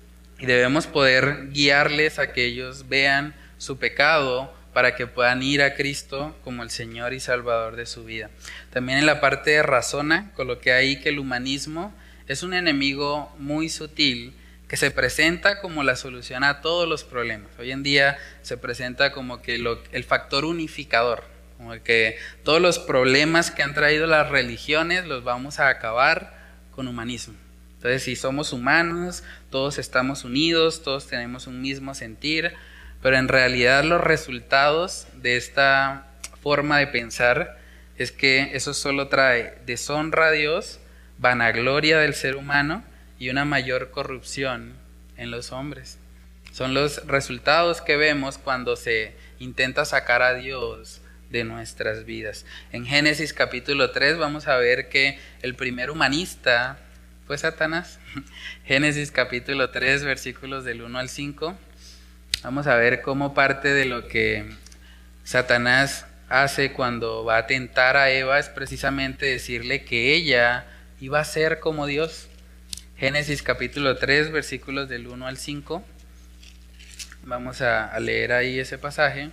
y debemos poder guiarles a que ellos vean su pecado para que puedan ir a Cristo como el Señor y Salvador de su vida. También en la parte de razona coloqué ahí que el humanismo es un enemigo muy sutil que se presenta como la solución a todos los problemas. Hoy en día se presenta como que lo, el factor unificador, como que todos los problemas que han traído las religiones los vamos a acabar con humanismo. Entonces, si somos humanos, todos estamos unidos, todos tenemos un mismo sentir, pero en realidad los resultados de esta forma de pensar es que eso solo trae deshonra a Dios, vanagloria del ser humano y una mayor corrupción en los hombres. Son los resultados que vemos cuando se intenta sacar a Dios de nuestras vidas. En Génesis capítulo tres vamos a ver que el primer humanista fue Satanás. Génesis capítulo tres, versículos del uno al cinco. Vamos a ver cómo parte de lo que Satanás hace cuando va a tentar a Eva es precisamente decirle que ella iba a ser como Dios. Génesis capítulo tres, versículos del uno al cinco. Vamos a, a leer ahí ese pasaje.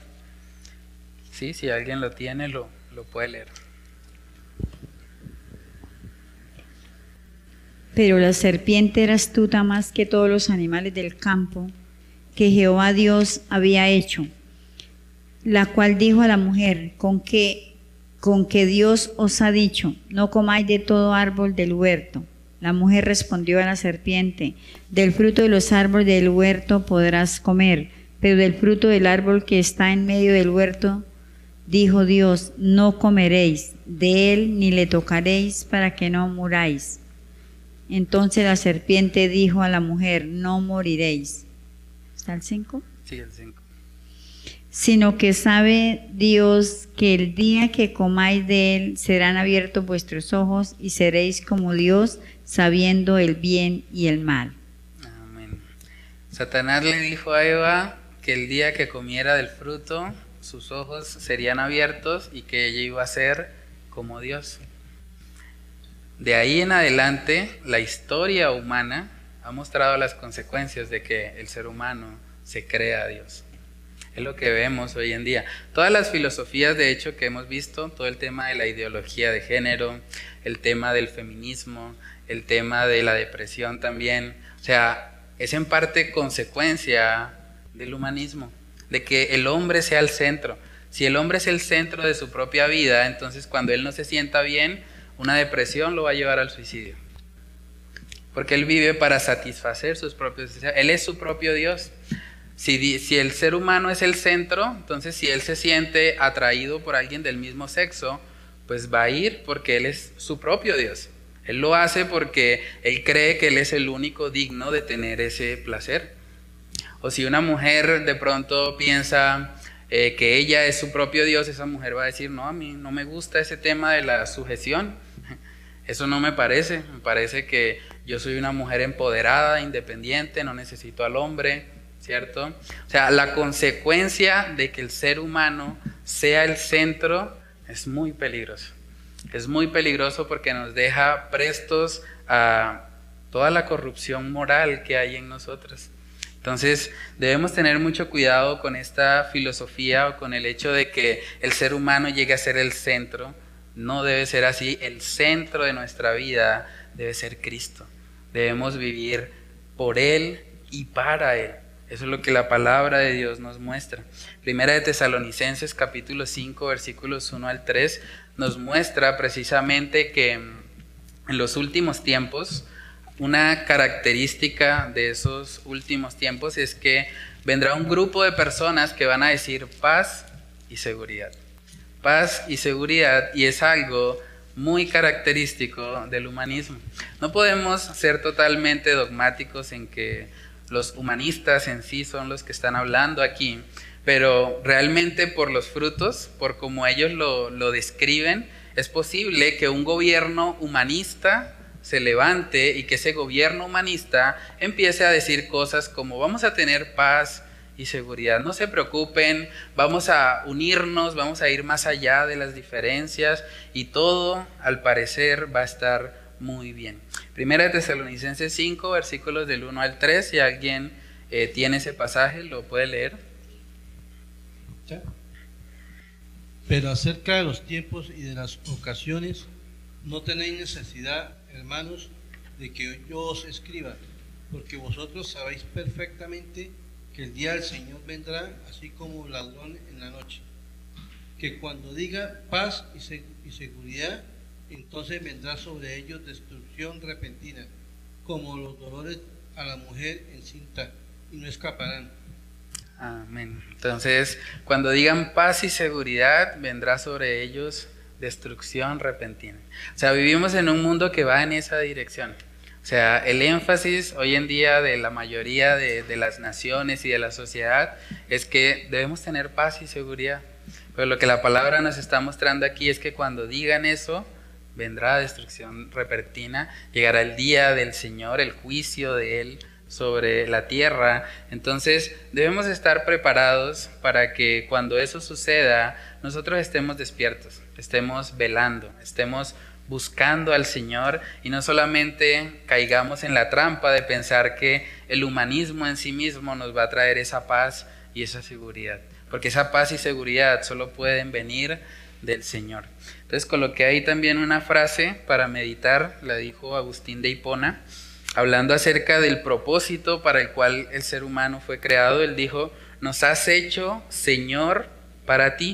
Sí, si alguien lo tiene, lo, lo puede leer. Pero la serpiente era astuta más que todos los animales del campo que Jehová Dios había hecho, la cual dijo a la mujer, con que, con que Dios os ha dicho, no comáis de todo árbol del huerto. La mujer respondió a la serpiente, del fruto de los árboles del huerto podrás comer, pero del fruto del árbol que está en medio del huerto, dijo Dios, no comeréis de él ni le tocaréis para que no muráis. Entonces la serpiente dijo a la mujer, no moriréis. ¿Está el cinco? Sí, el cinco. Sino que sabe Dios que el día que comáis de él serán abiertos vuestros ojos y seréis como Dios, sabiendo el bien y el mal. Amén. Satanás le dijo a Eva que el día que comiera del fruto, sus ojos serían abiertos y que ella iba a ser como Dios. De ahí en adelante, la historia humana ha mostrado las consecuencias de que el ser humano se crea a Dios. Es lo que vemos hoy en día. Todas las filosofías, de hecho, que hemos visto, todo el tema de la ideología de género, el tema del feminismo, el tema de la depresión también, o sea, es en parte consecuencia del humanismo, de que el hombre sea el centro. Si el hombre es el centro de su propia vida, entonces cuando él no se sienta bien, una depresión lo va a llevar al suicidio. Porque él vive para satisfacer sus propios deseos. Él es su propio Dios. Si, si el ser humano es el centro, entonces si él se siente atraído por alguien del mismo sexo, pues va a ir porque él es su propio Dios. Él lo hace porque él cree que él es el único digno de tener ese placer. O si una mujer de pronto piensa eh, que ella es su propio Dios, esa mujer va a decir, no, a mí no me gusta ese tema de la sujeción. Eso no me parece. Me parece que yo soy una mujer empoderada, independiente, no necesito al hombre, ¿cierto? O sea, la consecuencia de que el ser humano sea el centro es muy peligroso. Es muy peligroso porque nos deja prestos a toda la corrupción moral que hay en nosotros. Entonces, debemos tener mucho cuidado con esta filosofía o con el hecho de que el ser humano llegue a ser el centro. No debe ser así. El centro de nuestra vida debe ser Cristo. Debemos vivir por Él y para Él. Eso es lo que la palabra de Dios nos muestra. Primera de Tesalonicenses capítulo cinco versículos uno al tres nos muestra precisamente que en los últimos tiempos, una característica de esos últimos tiempos es que vendrá un grupo de personas que van a decir paz y seguridad. Paz y seguridad, y es algo muy característico del humanismo. No podemos ser totalmente dogmáticos en que los humanistas en sí son los que están hablando aquí, pero realmente por los frutos, por cómo ellos lo, lo describen, es posible que un gobierno humanista se levante y que ese gobierno humanista empiece a decir cosas como vamos a tener paz y seguridad, no se preocupen, vamos a unirnos, vamos a ir más allá de las diferencias y todo al parecer va a estar muy bien. Primera de Tesalonicenses cinco, versículos del uno al tres, si alguien eh, tiene ese pasaje, lo puede leer. Pero acerca de los tiempos y de las ocasiones, no tenéis necesidad, hermanos, de que yo os escriba, porque vosotros sabéis perfectamente que el día del Señor vendrá así como ladrón en la noche, que cuando diga paz y, seg- y seguridad, entonces vendrá sobre ellos destrucción repentina, como los dolores a la mujer encinta, y no escaparán. Amén. Entonces, cuando digan paz y seguridad, vendrá sobre ellos destrucción repentina. O sea, vivimos en un mundo que va en esa dirección. O sea, el énfasis hoy en día de la mayoría de, de las naciones y de la sociedad es que debemos tener paz y seguridad. Pero lo que la palabra nos está mostrando aquí es que cuando digan eso, vendrá destrucción repentina, llegará el día del Señor, el juicio de Él sobre la tierra. Entonces debemos estar preparados para que cuando eso suceda, nosotros estemos despiertos, estemos velando, estemos buscando al Señor y no solamente caigamos en la trampa de pensar que el humanismo en sí mismo nos va a traer esa paz y esa seguridad, porque esa paz y seguridad solo pueden venir del Señor. Entonces coloqué ahí también una frase para meditar, la dijo Agustín de Hipona, hablando acerca del propósito para el cual el ser humano fue creado. Él dijo: nos has hecho Señor para ti,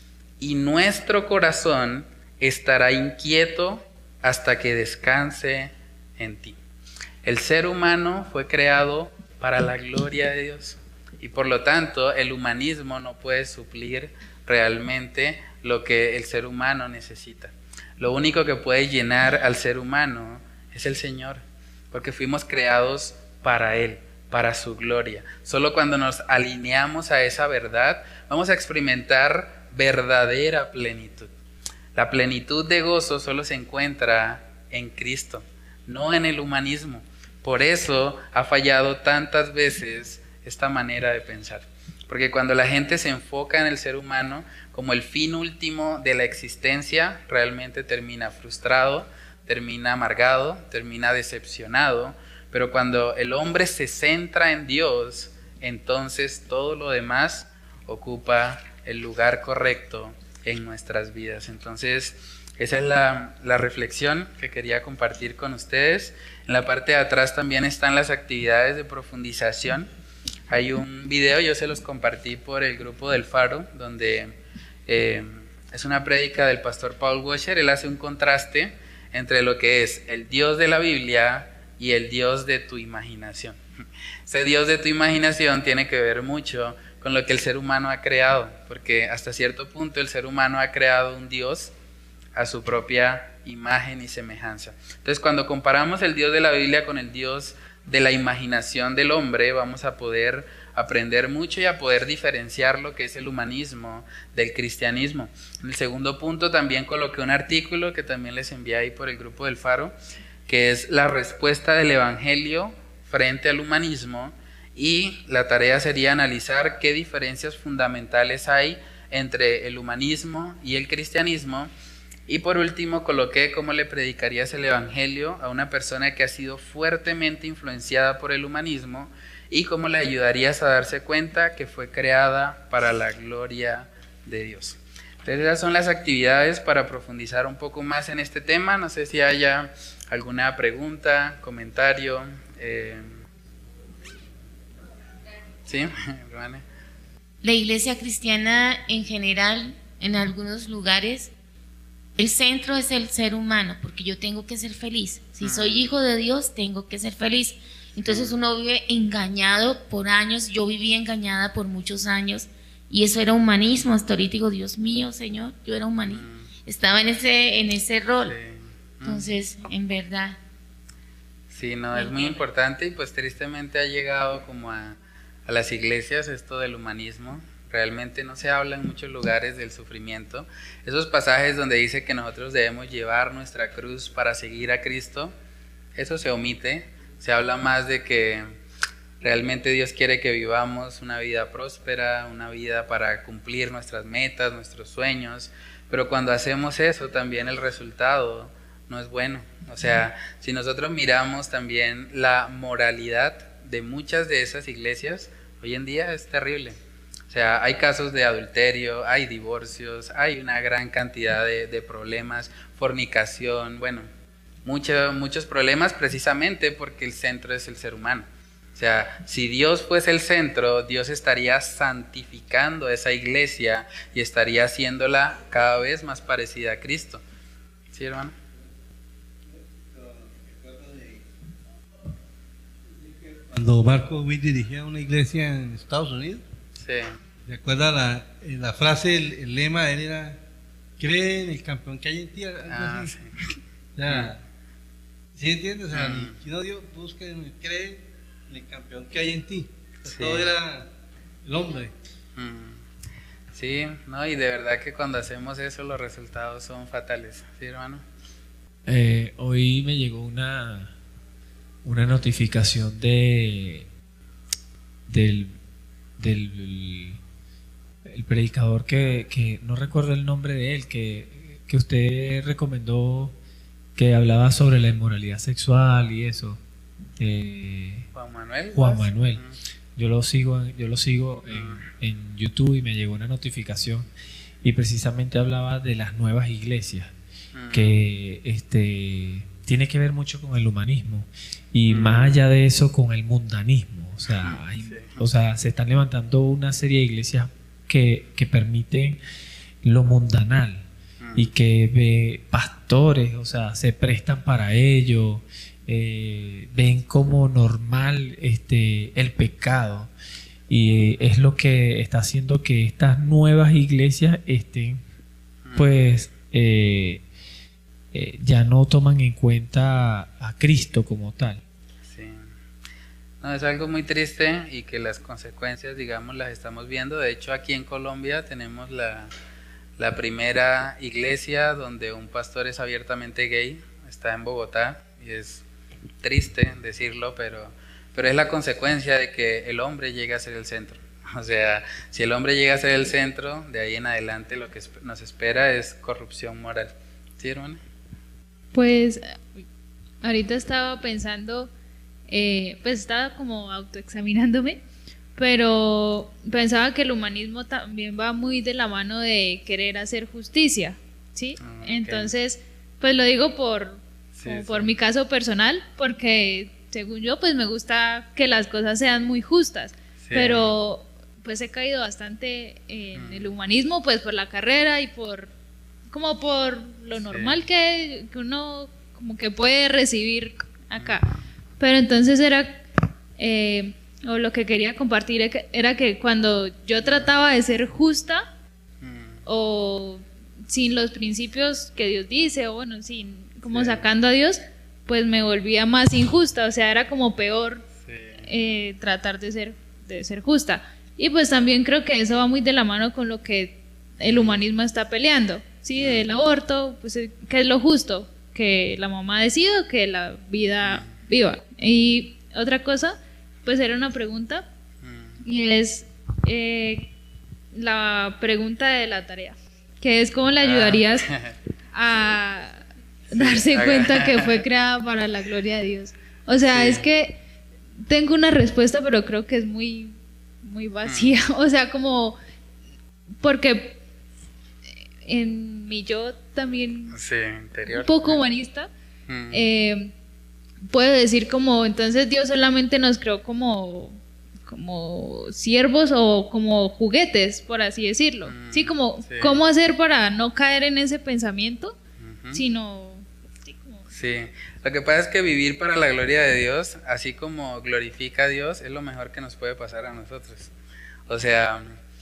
y nuestro corazón estará inquieto hasta que descanse en ti. El ser humano fue creado para la gloria de Dios, y por lo tanto el humanismo no puede suplir realmente lo que el ser humano necesita. Lo único que puede llenar al ser humano es el Señor, porque fuimos creados para Él, para su gloria. Solo cuando nos alineamos a esa verdad, vamos a experimentar verdadera plenitud. La plenitud de gozo solo se encuentra en Cristo, no en el humanismo. Por eso ha fallado tantas veces esta manera de pensar. Porque cuando la gente se enfoca en el ser humano como el fin último de la existencia, realmente termina frustrado, termina amargado, termina decepcionado. Pero cuando el hombre se centra en Dios, entonces todo lo demás ocupa el lugar correcto en nuestras vidas. Entonces, esa es la, la reflexión que quería compartir con ustedes. En la parte de atrás también están las actividades de profundización. Hay un video, yo se los compartí por el grupo del Faro, donde Eh, es una prédica del pastor Paul Washer. Él hace un contraste entre lo que es el Dios de la Biblia y el Dios de tu imaginación. Ese Dios de tu imaginación tiene que ver mucho con lo que el ser humano ha creado, porque hasta cierto punto el ser humano ha creado un Dios a su propia imagen y semejanza. Entonces, cuando comparamos el Dios de la Biblia con el Dios de la imaginación del hombre, vamos a poder aprender mucho y a poder diferenciar lo que es el humanismo del cristianismo. En el segundo punto también coloqué un artículo que también les envié ahí por el grupo del Faro, que es la respuesta del Evangelio frente al humanismo, y la tarea sería analizar qué diferencias fundamentales hay entre el humanismo y el cristianismo. Y por último coloqué cómo le predicarías el Evangelio a una persona que ha sido fuertemente influenciada por el humanismo y cómo le ayudarías a darse cuenta que fue creada para la gloria de Dios. Entonces esas son las actividades para profundizar un poco más en este tema. No sé si haya alguna pregunta, comentario. Eh... ¿Sí? Hermana. La iglesia cristiana en general, en algunos lugares, el centro es el ser humano, porque yo tengo que ser feliz. Si soy hijo de Dios, tengo que ser feliz. Entonces uno vive engañado por años. Yo viví engañada por muchos años y eso era humanismo. Hasta ahorita digo, Dios mío, Señor, yo era humanista. Estaba en ese, en ese rol. Entonces, en verdad. Sí, no, es muy importante y pues tristemente ha llegado como a, a las iglesias esto del humanismo. Realmente no se habla en muchos lugares del sufrimiento. Esos pasajes donde dice que nosotros debemos llevar nuestra cruz para seguir a Cristo, eso se omite. Se habla más de que realmente Dios quiere que vivamos una vida próspera, una vida para cumplir nuestras metas, nuestros sueños, pero cuando hacemos eso también el resultado no es bueno. O sea, si nosotros miramos también la moralidad de muchas de esas iglesias, hoy en día es terrible. O sea, hay casos de adulterio, hay divorcios, hay una gran cantidad de, de problemas, fornicación, bueno, mucho, muchos problemas precisamente porque el centro es el ser humano. O sea, si Dios fuese el centro, Dios estaría santificando esa iglesia y estaría haciéndola cada vez más parecida a Cristo. ¿Sí, hermano? Cuando Marco Witt dirigía una iglesia en Estados Unidos, sí. ¿Recuerda la, la frase, el, el lema de él era, cree en el campeón que hay en ti? Ah, sí. Ya, ¿sí entiendes? O sea, Mm. si no Dios busca, cree en el campeón que hay en ti. O sea, Sí. todo era el hombre. Mm. Sí, no, y de verdad que cuando hacemos eso los resultados son fatales. ¿Sí, hermano? Eh, hoy me llegó una, una notificación de del, del el predicador que, que no recuerdo el nombre de él, que, que usted recomendó, que hablaba sobre la inmoralidad sexual y eso. Eh, Juan Manuel. Juan ¿vas? Manuel. Mm. Yo lo sigo, en- yo lo sigo en, en YouTube y me llegó una notificación y precisamente hablaba de las nuevas iglesias, Mm. que este tiene que ver mucho con el humanismo y Mm. más allá de eso con el mundanismo. O sea, hay- Sí. o sea, se están levantando una serie de iglesias que, que permiten lo mundanal Mm. y que ve pastores, o sea, se prestan para ello, eh, ven como normal este el pecado y es lo que está haciendo que estas nuevas iglesias estén pues eh, eh, ya no toman en cuenta a Cristo como tal. Sí. No, es algo muy triste y que las consecuencias, digamos, las estamos viendo. De hecho, aquí en Colombia tenemos la, la primera iglesia donde un pastor es abiertamente gay. Está en Bogotá y es triste decirlo, pero, pero es la consecuencia de que el hombre llega a ser el centro. O sea, si el hombre llega a ser el centro, de ahí en adelante lo que esp- nos espera es corrupción moral. ¿Sí, hermano? Pues ahorita estaba pensando, eh, pues estaba como autoexaminándome, pero pensaba que el humanismo también va muy de la mano de querer hacer justicia, ¿sí? Ah, ok. Entonces, pues lo digo por, Sí, como sí. por mi caso personal, porque según yo, pues me gusta que las cosas sean muy justas, Sí. pero pues he caído bastante en el humanismo, pues por la carrera y por como por lo normal sí. que, que uno como que puede recibir acá. Pero entonces era, eh, o lo que quería compartir era que, era que cuando yo trataba de ser justa, mm. o sin los principios que Dios dice, o bueno, sin como sí. sacando a Dios, pues me volvía más injusta, o sea, era como peor sí. eh, tratar de ser, de ser justa. Y pues también creo que eso va muy de la mano con lo que el humanismo está peleando, ¿sí? Del aborto, pues que es lo justo, que la mamá decida o que la vida viva. Y otra cosa, pues era una pregunta, y es eh, la pregunta de la tarea, que es cómo le ayudarías a darse cuenta que fue creada para la gloria de Dios. O sea, sí. es que tengo una respuesta, pero creo que es muy, muy vacía. O sea, como, porque en mi yo también, sí, interior, un poco humanista, mm. eh, puedo decir como, entonces Dios solamente nos creó como, como siervos o como juguetes, por así decirlo. Mm, sí, como, sí. ¿cómo hacer para no caer en ese pensamiento? Uh-huh. Sino... Sí, como... sí, lo que pasa es que vivir para la gloria de Dios, así como glorifica a Dios, es lo mejor que nos puede pasar a nosotros. O sea...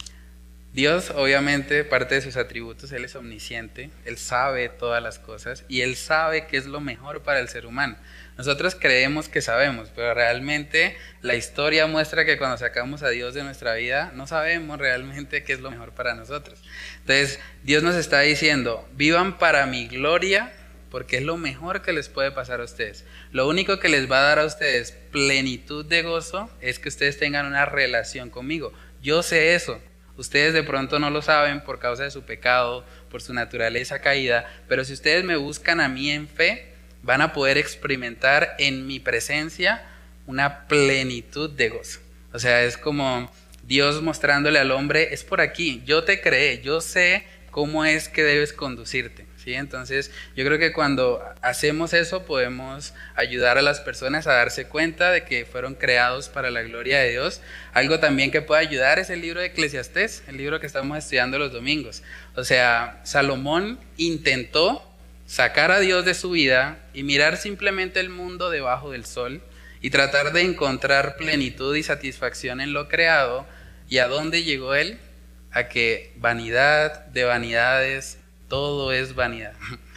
Dios, obviamente, parte de sus atributos, Él es omnisciente, Él sabe todas las cosas y Él sabe qué es lo mejor para el ser humano. Nosotros creemos que sabemos, pero realmente la historia muestra que cuando sacamos a Dios de nuestra vida, no sabemos realmente qué es lo mejor para nosotros. Entonces, Dios nos está diciendo, vivan para mi gloria, porque es lo mejor que les puede pasar a ustedes. Lo único que les va a dar a ustedes plenitud de gozo es que ustedes tengan una relación conmigo. Yo sé eso. Ustedes de pronto no lo saben por causa de su pecado, por su naturaleza caída, pero si ustedes me buscan a mí en fe, van a poder experimentar en mi presencia una plenitud de gozo. O sea, es como Dios mostrándole al hombre, es por aquí, yo te creé, yo sé cómo es que debes conducirte. ¿Sí? Entonces yo creo que cuando hacemos eso podemos ayudar a las personas a darse cuenta de que fueron creados para la gloria de Dios. Algo también que puede ayudar es el libro de Eclesiastés, el libro que estamos estudiando los domingos. O sea, Salomón intentó sacar a Dios de su vida y mirar simplemente el mundo debajo del sol y tratar de encontrar plenitud y satisfacción en lo creado. ¿Y a dónde llegó él? A que vanidad de vanidades, todo es vanidad.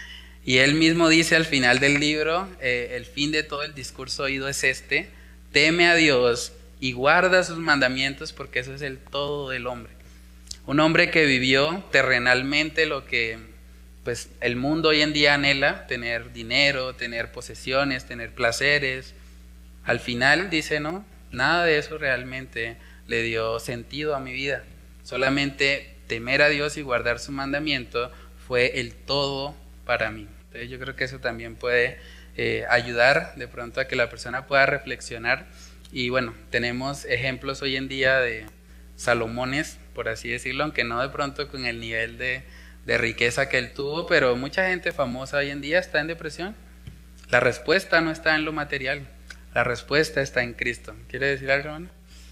Y él mismo dice al final del libro, eh, el fin de todo el discurso oído es este: teme a Dios y guarda sus mandamientos, porque eso es el todo del hombre. Un hombre que vivió terrenalmente lo que pues el mundo hoy en día anhela, tener dinero, tener posesiones, tener placeres. Al final dice, no, nada de eso realmente le dio sentido a mi vida. Solamente temer a Dios y guardar su mandamiento fue el todo para mí. Entonces yo creo que eso también puede eh, ayudar de pronto a que la persona pueda reflexionar. Y bueno, tenemos ejemplos hoy en día de Salomónes, por así decirlo, aunque no de pronto con el nivel de, de riqueza que él tuvo, pero mucha gente famosa hoy en día está en depresión. La respuesta no está en lo material, la respuesta está en Cristo. ¿Quiere decir algo, hermano?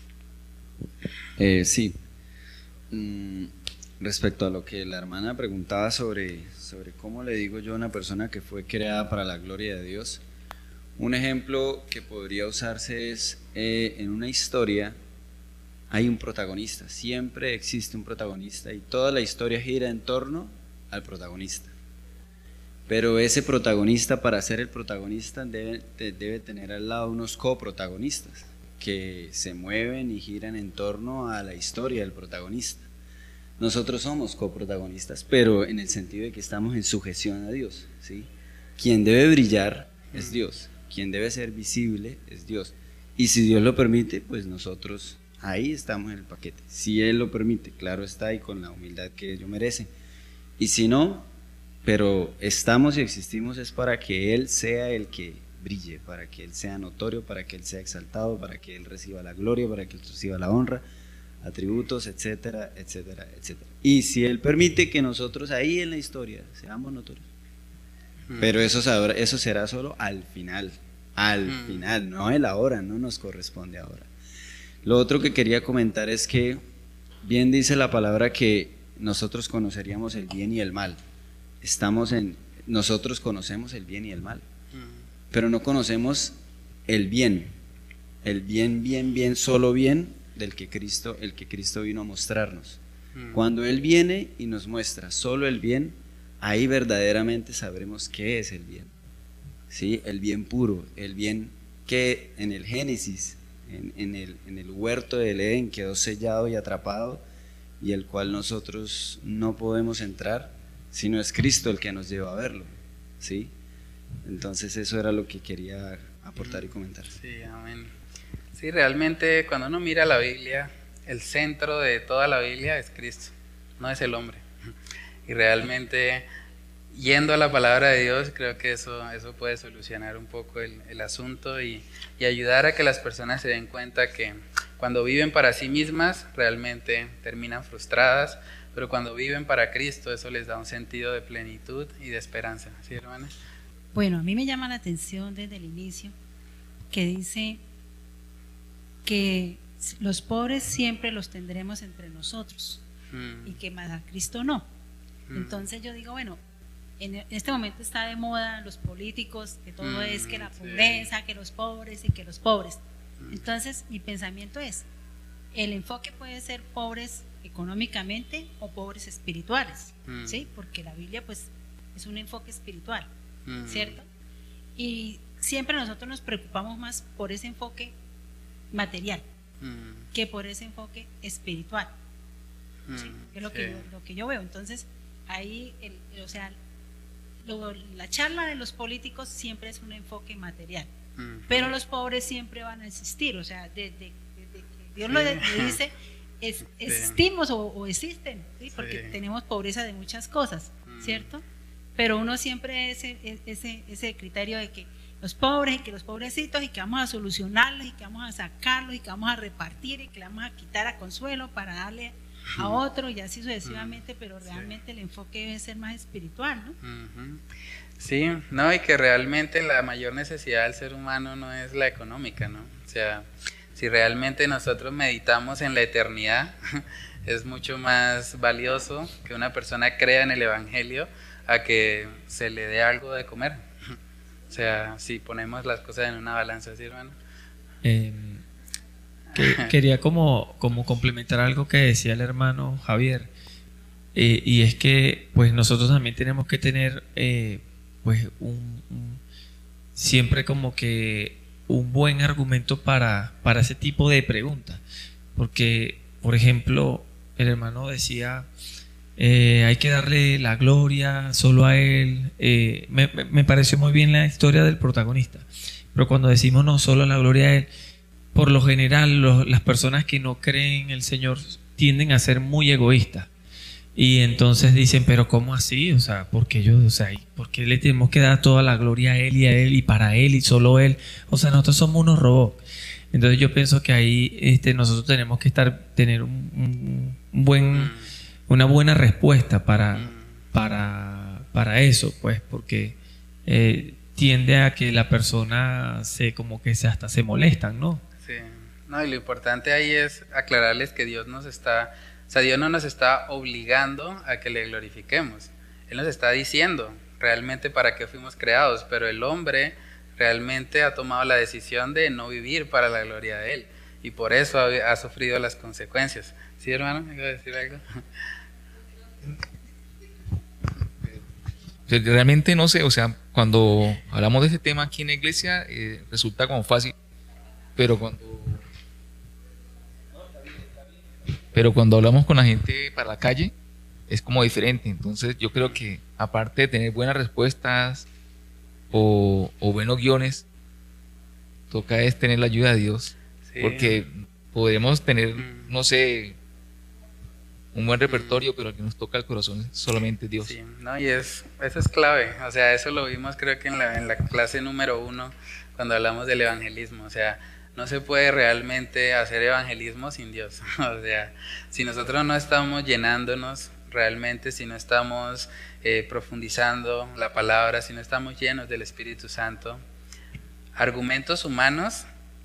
Eh, sí. Mm. Respecto a lo que la hermana preguntaba sobre, sobre cómo le digo yo a una persona que fue creada para la gloria de Dios, un ejemplo que podría usarse es eh, en una historia hay un protagonista, siempre existe un protagonista y toda la historia gira en torno al protagonista. Pero ese protagonista, para ser el protagonista, debe, debe tener al lado unos coprotagonistas que se mueven y giran en torno a la historia del protagonista. Nosotros somos coprotagonistas, pero en el sentido de que estamos en sujeción a Dios, ¿sí? Quien debe brillar es Dios, quien debe ser visible es Dios. Y si Dios lo permite, pues nosotros ahí estamos en el paquete. Si Él lo permite, claro está, y con la humildad que ello merece. Y si no, pero estamos y existimos es para que Él sea el que brille, para que Él sea notorio, para que Él sea exaltado, para que Él reciba la gloria, para que Él reciba la honra, atributos, etcétera, etcétera, etcétera. Y si Él permite que nosotros ahí en la historia seamos notorios, mm. pero eso, sabrá, eso será solo al final, al mm. final, no el ahora, no nos corresponde ahora. Lo otro que quería comentar es que bien dice la palabra que nosotros conoceríamos el bien y el mal. Estamos en, nosotros conocemos el bien y el mal, pero no conocemos el bien, el bien, bien, bien, solo bien del que Cristo, el que Cristo vino a mostrarnos. Cuando Él viene y nos muestra solo el bien, ahí verdaderamente sabremos qué es el bien, ¿sí? El bien puro, el bien que en el Génesis, en, en, el, en el huerto del Edén quedó sellado y atrapado, y el cual nosotros no podemos entrar, sino es Cristo el que nos lleva a verlo, ¿sí? Entonces eso era lo que quería aportar y comentar. Sí, amén. Sí, realmente cuando uno mira la Biblia, el centro de toda la Biblia es Cristo, no es el hombre. Y realmente, yendo a la palabra de Dios, creo que eso, eso puede solucionar un poco el, el asunto y, y ayudar a que las personas se den cuenta que cuando viven para sí mismas, realmente terminan frustradas, pero cuando viven para Cristo, eso les da un sentido de plenitud y de esperanza. ¿Sí, hermana? Bueno, a mí me llama la atención desde el inicio que dice que los pobres siempre los tendremos entre nosotros mm. y que más a Cristo no. Mm. Entonces yo digo, bueno, en este momento está de moda los políticos, que todo mm, es que la pobreza, sí. que los pobres y que los pobres. Mm. Entonces mi pensamiento es, el enfoque puede ser pobres económicamente o pobres espirituales, mm. ¿sí? Porque la Biblia pues es un enfoque espiritual, mm. ¿cierto? Y siempre nosotros nos preocupamos más por ese enfoque material mm. que por ese enfoque espiritual, mm. ¿sí? Es lo, sí. que yo, lo que yo veo. Entonces ahí, el, o sea, lo, la charla de los políticos siempre es un enfoque material, mm. pero los pobres siempre van a existir, o sea, desde de, de, de, Dios sí. lo, de, lo dice, es, existimos o, o existen, ¿sí? Porque sí. tenemos pobreza de muchas cosas, mm. ¿cierto? Pero uno siempre ese, ese, ese criterio de que los pobres y que los pobrecitos y que vamos a solucionarlos y que vamos a sacarlos y que vamos a repartir y que le vamos a quitar a Consuelo para darle a otro y así sucesivamente, pero realmente sí. el enfoque debe ser más espiritual, ¿no? Uh-huh. Sí, no, y que realmente la mayor necesidad del ser humano no es la económica, ¿no? O sea, si realmente nosotros meditamos en la eternidad, es mucho más valioso que una persona crea en el Evangelio a que se le dé algo de comer. O sea, si ponemos las cosas en una balanza, ¿sí, hermano? Eh, que, quería como, como complementar algo que decía el hermano Javier, eh, y es que pues nosotros también tenemos que tener eh, pues un, un, siempre como que un buen argumento para, para ese tipo de preguntas, porque por ejemplo el hermano decía Eh, hay que darle la gloria solo a él. eh, me, me pareció muy bien la historia del protagonista, pero cuando decimos no solo la gloria a él, por lo general los, las personas que no creen en el Señor tienden a ser muy egoístas y entonces dicen, pero ¿cómo así? O sea, ¿por qué yo, o sea, ¿por qué le tenemos que dar toda la gloria a él y a él y para él y solo él? O sea, nosotros somos unos robots. Entonces yo pienso que ahí este, nosotros tenemos que estar tener un, un, un buen una buena respuesta para, para, para eso, pues, porque eh, tiende a que la persona se como que se hasta se molestan, ¿no? Sí, no, y lo importante ahí es aclararles que Dios nos está, o sea, Dios no nos está obligando a que le glorifiquemos, Él nos está diciendo realmente para qué fuimos creados, pero el hombre realmente ha tomado la decisión de no vivir para la gloria de Él, y por eso ha, ha sufrido las consecuencias. ¿Sí, hermano? ¿Me iba a decir algo? Realmente no sé, o sea, cuando hablamos de este tema aquí en la iglesia eh, resulta como fácil, pero cuando pero cuando hablamos con la gente para la calle es como diferente. Entonces yo creo que aparte de tener buenas respuestas o, o buenos guiones, toca es tener la ayuda de Dios, sí. Porque podemos tener, no sé, un buen repertorio, pero el que nos toca el corazón es solamente Dios. Sí, no, y es, eso es clave, o sea, eso lo vimos creo que en la, en la clase número uno, cuando hablamos del evangelismo, o sea, no se puede realmente hacer evangelismo sin Dios, o sea, si nosotros no estamos llenándonos realmente, si no estamos eh, profundizando la palabra, si no estamos llenos del Espíritu Santo, argumentos humanos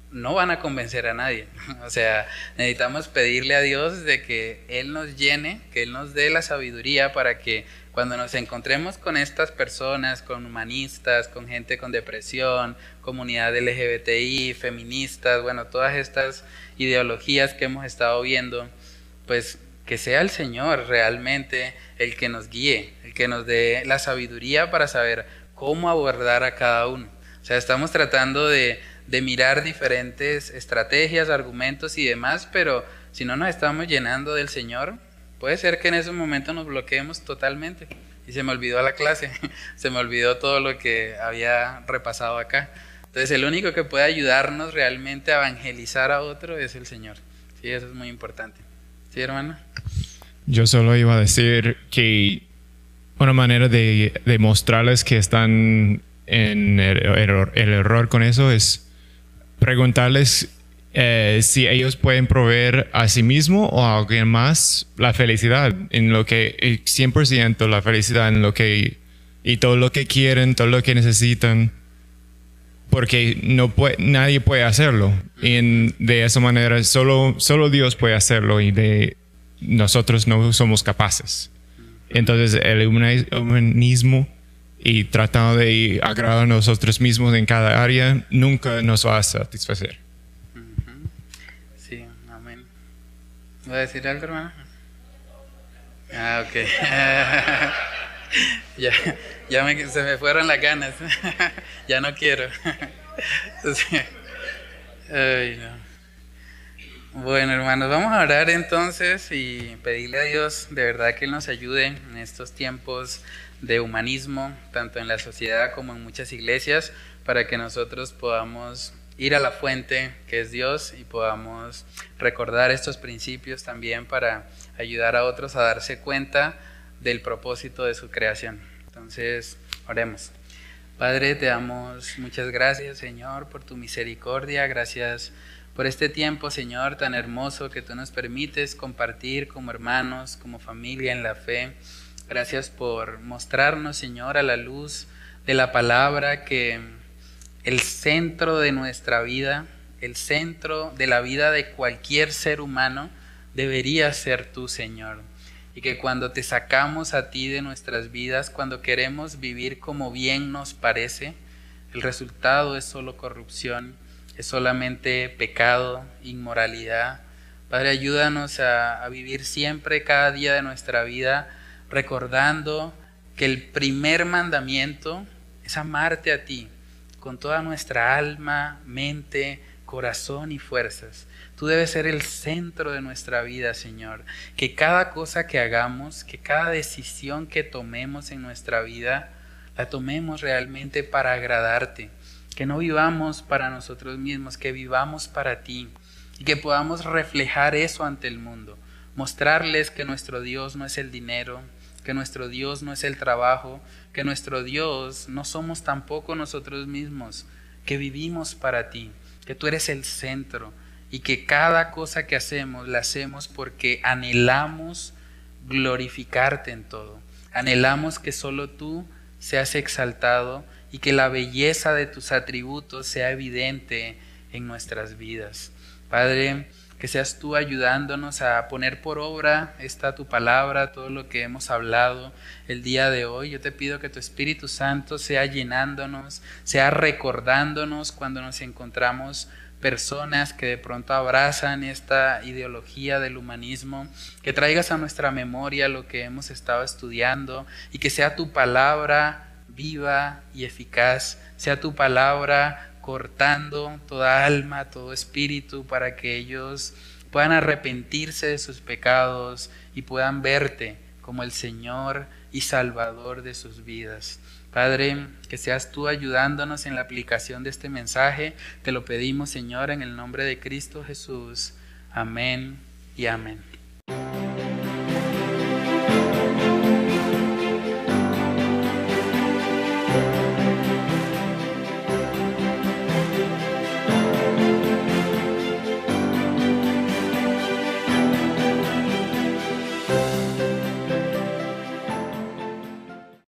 no van a convencer a nadie. O sea, necesitamos pedirle a Dios de que Él nos llene, que Él nos dé la sabiduría para que cuando nos encontremos con estas personas, con humanistas, con gente con depresión, comunidad L G B T I, feministas, bueno, todas estas ideologías que hemos estado viendo, pues que sea el Señor realmente el que nos guíe, el que nos dé la sabiduría para saber cómo abordar a cada uno. O sea, estamos tratando de de mirar diferentes estrategias, argumentos y demás, pero si no nos estamos llenando del Señor, puede ser que en ese momento nos bloqueemos totalmente. Y se me olvidó la clase, se me olvidó todo lo que había repasado acá. Entonces el único que puede ayudarnos realmente a evangelizar a otro es el Señor. Sí, eso es muy importante. ¿Sí, hermano? Yo solo iba a decir que una manera de, de mostrarles que están en el error, el error con eso es preguntarles eh, si ellos pueden proveer a sí mismo o a alguien más la felicidad, en lo que cien por ciento la felicidad en lo que y todo lo que quieren, todo lo que necesitan, porque no puede, nadie puede hacerlo, y en, de esa manera solo, solo Dios puede hacerlo y de nosotros no somos capaces. Entonces el humanismo y tratando de agradar a nosotros mismos en cada área nunca nos va a satisfacer. Sí, amén. ¿Va a decir algo, hermano? Ah, ok. ya ya me, se me fueron las ganas. Ya no quiero. Ay, no. Bueno, hermanos, vamos a orar entonces y pedirle a Dios de verdad que Él nos ayude en estos tiempos de humanismo, tanto en la sociedad como en muchas iglesias, para que nosotros podamos ir a la fuente que es Dios y podamos recordar estos principios también para ayudar a otros a darse cuenta del propósito de su creación. Entonces, oremos. Padre, te damos muchas gracias, Señor, por tu misericordia. Gracias por este tiempo, Señor, tan hermoso que tú nos permites compartir como hermanos, como familia en la fe. Gracias por mostrarnos, Señor, a la luz de la palabra que el centro de nuestra vida, el centro de la vida de cualquier ser humano debería ser tú, Señor. Y que cuando te sacamos a ti de nuestras vidas, cuando queremos vivir como bien nos parece, el resultado es solo corrupción, es solamente pecado, inmoralidad. Padre, ayúdanos a, a vivir siempre, cada día de nuestra vida, recordando que el primer mandamiento es amarte a ti con toda nuestra alma, mente, corazón y fuerzas. Tú debes ser el centro de nuestra vida, Señor. Que cada cosa que hagamos, que cada decisión que tomemos en nuestra vida, la tomemos realmente para agradarte. Que no vivamos para nosotros mismos, que vivamos para ti. Y que podamos reflejar eso ante el mundo. Mostrarles que nuestro Dios no es el dinero, que nuestro Dios no es el trabajo, que nuestro Dios no somos tampoco nosotros mismos, que vivimos para ti, que tú eres el centro y que cada cosa que hacemos la hacemos porque anhelamos glorificarte en todo. Anhelamos que solo tú seas exaltado y que la belleza de tus atributos sea evidente en nuestras vidas. Padre, que seas tú ayudándonos a poner por obra esta tu palabra, todo lo que hemos hablado el día de hoy. Yo te pido que tu Espíritu Santo sea llenándonos, sea recordándonos cuando nos encontramos personas que de pronto abrazan esta ideología del humanismo, que traigas a nuestra memoria lo que hemos estado estudiando y que sea tu palabra viva y eficaz, sea tu palabra cortando toda alma, todo espíritu, para que ellos puedan arrepentirse de sus pecados y puedan verte como el Señor y Salvador de sus vidas. Padre, que seas tú ayudándonos en la aplicación de este mensaje. Te lo pedimos, Señor, en el nombre de Cristo Jesús. Amén y amén.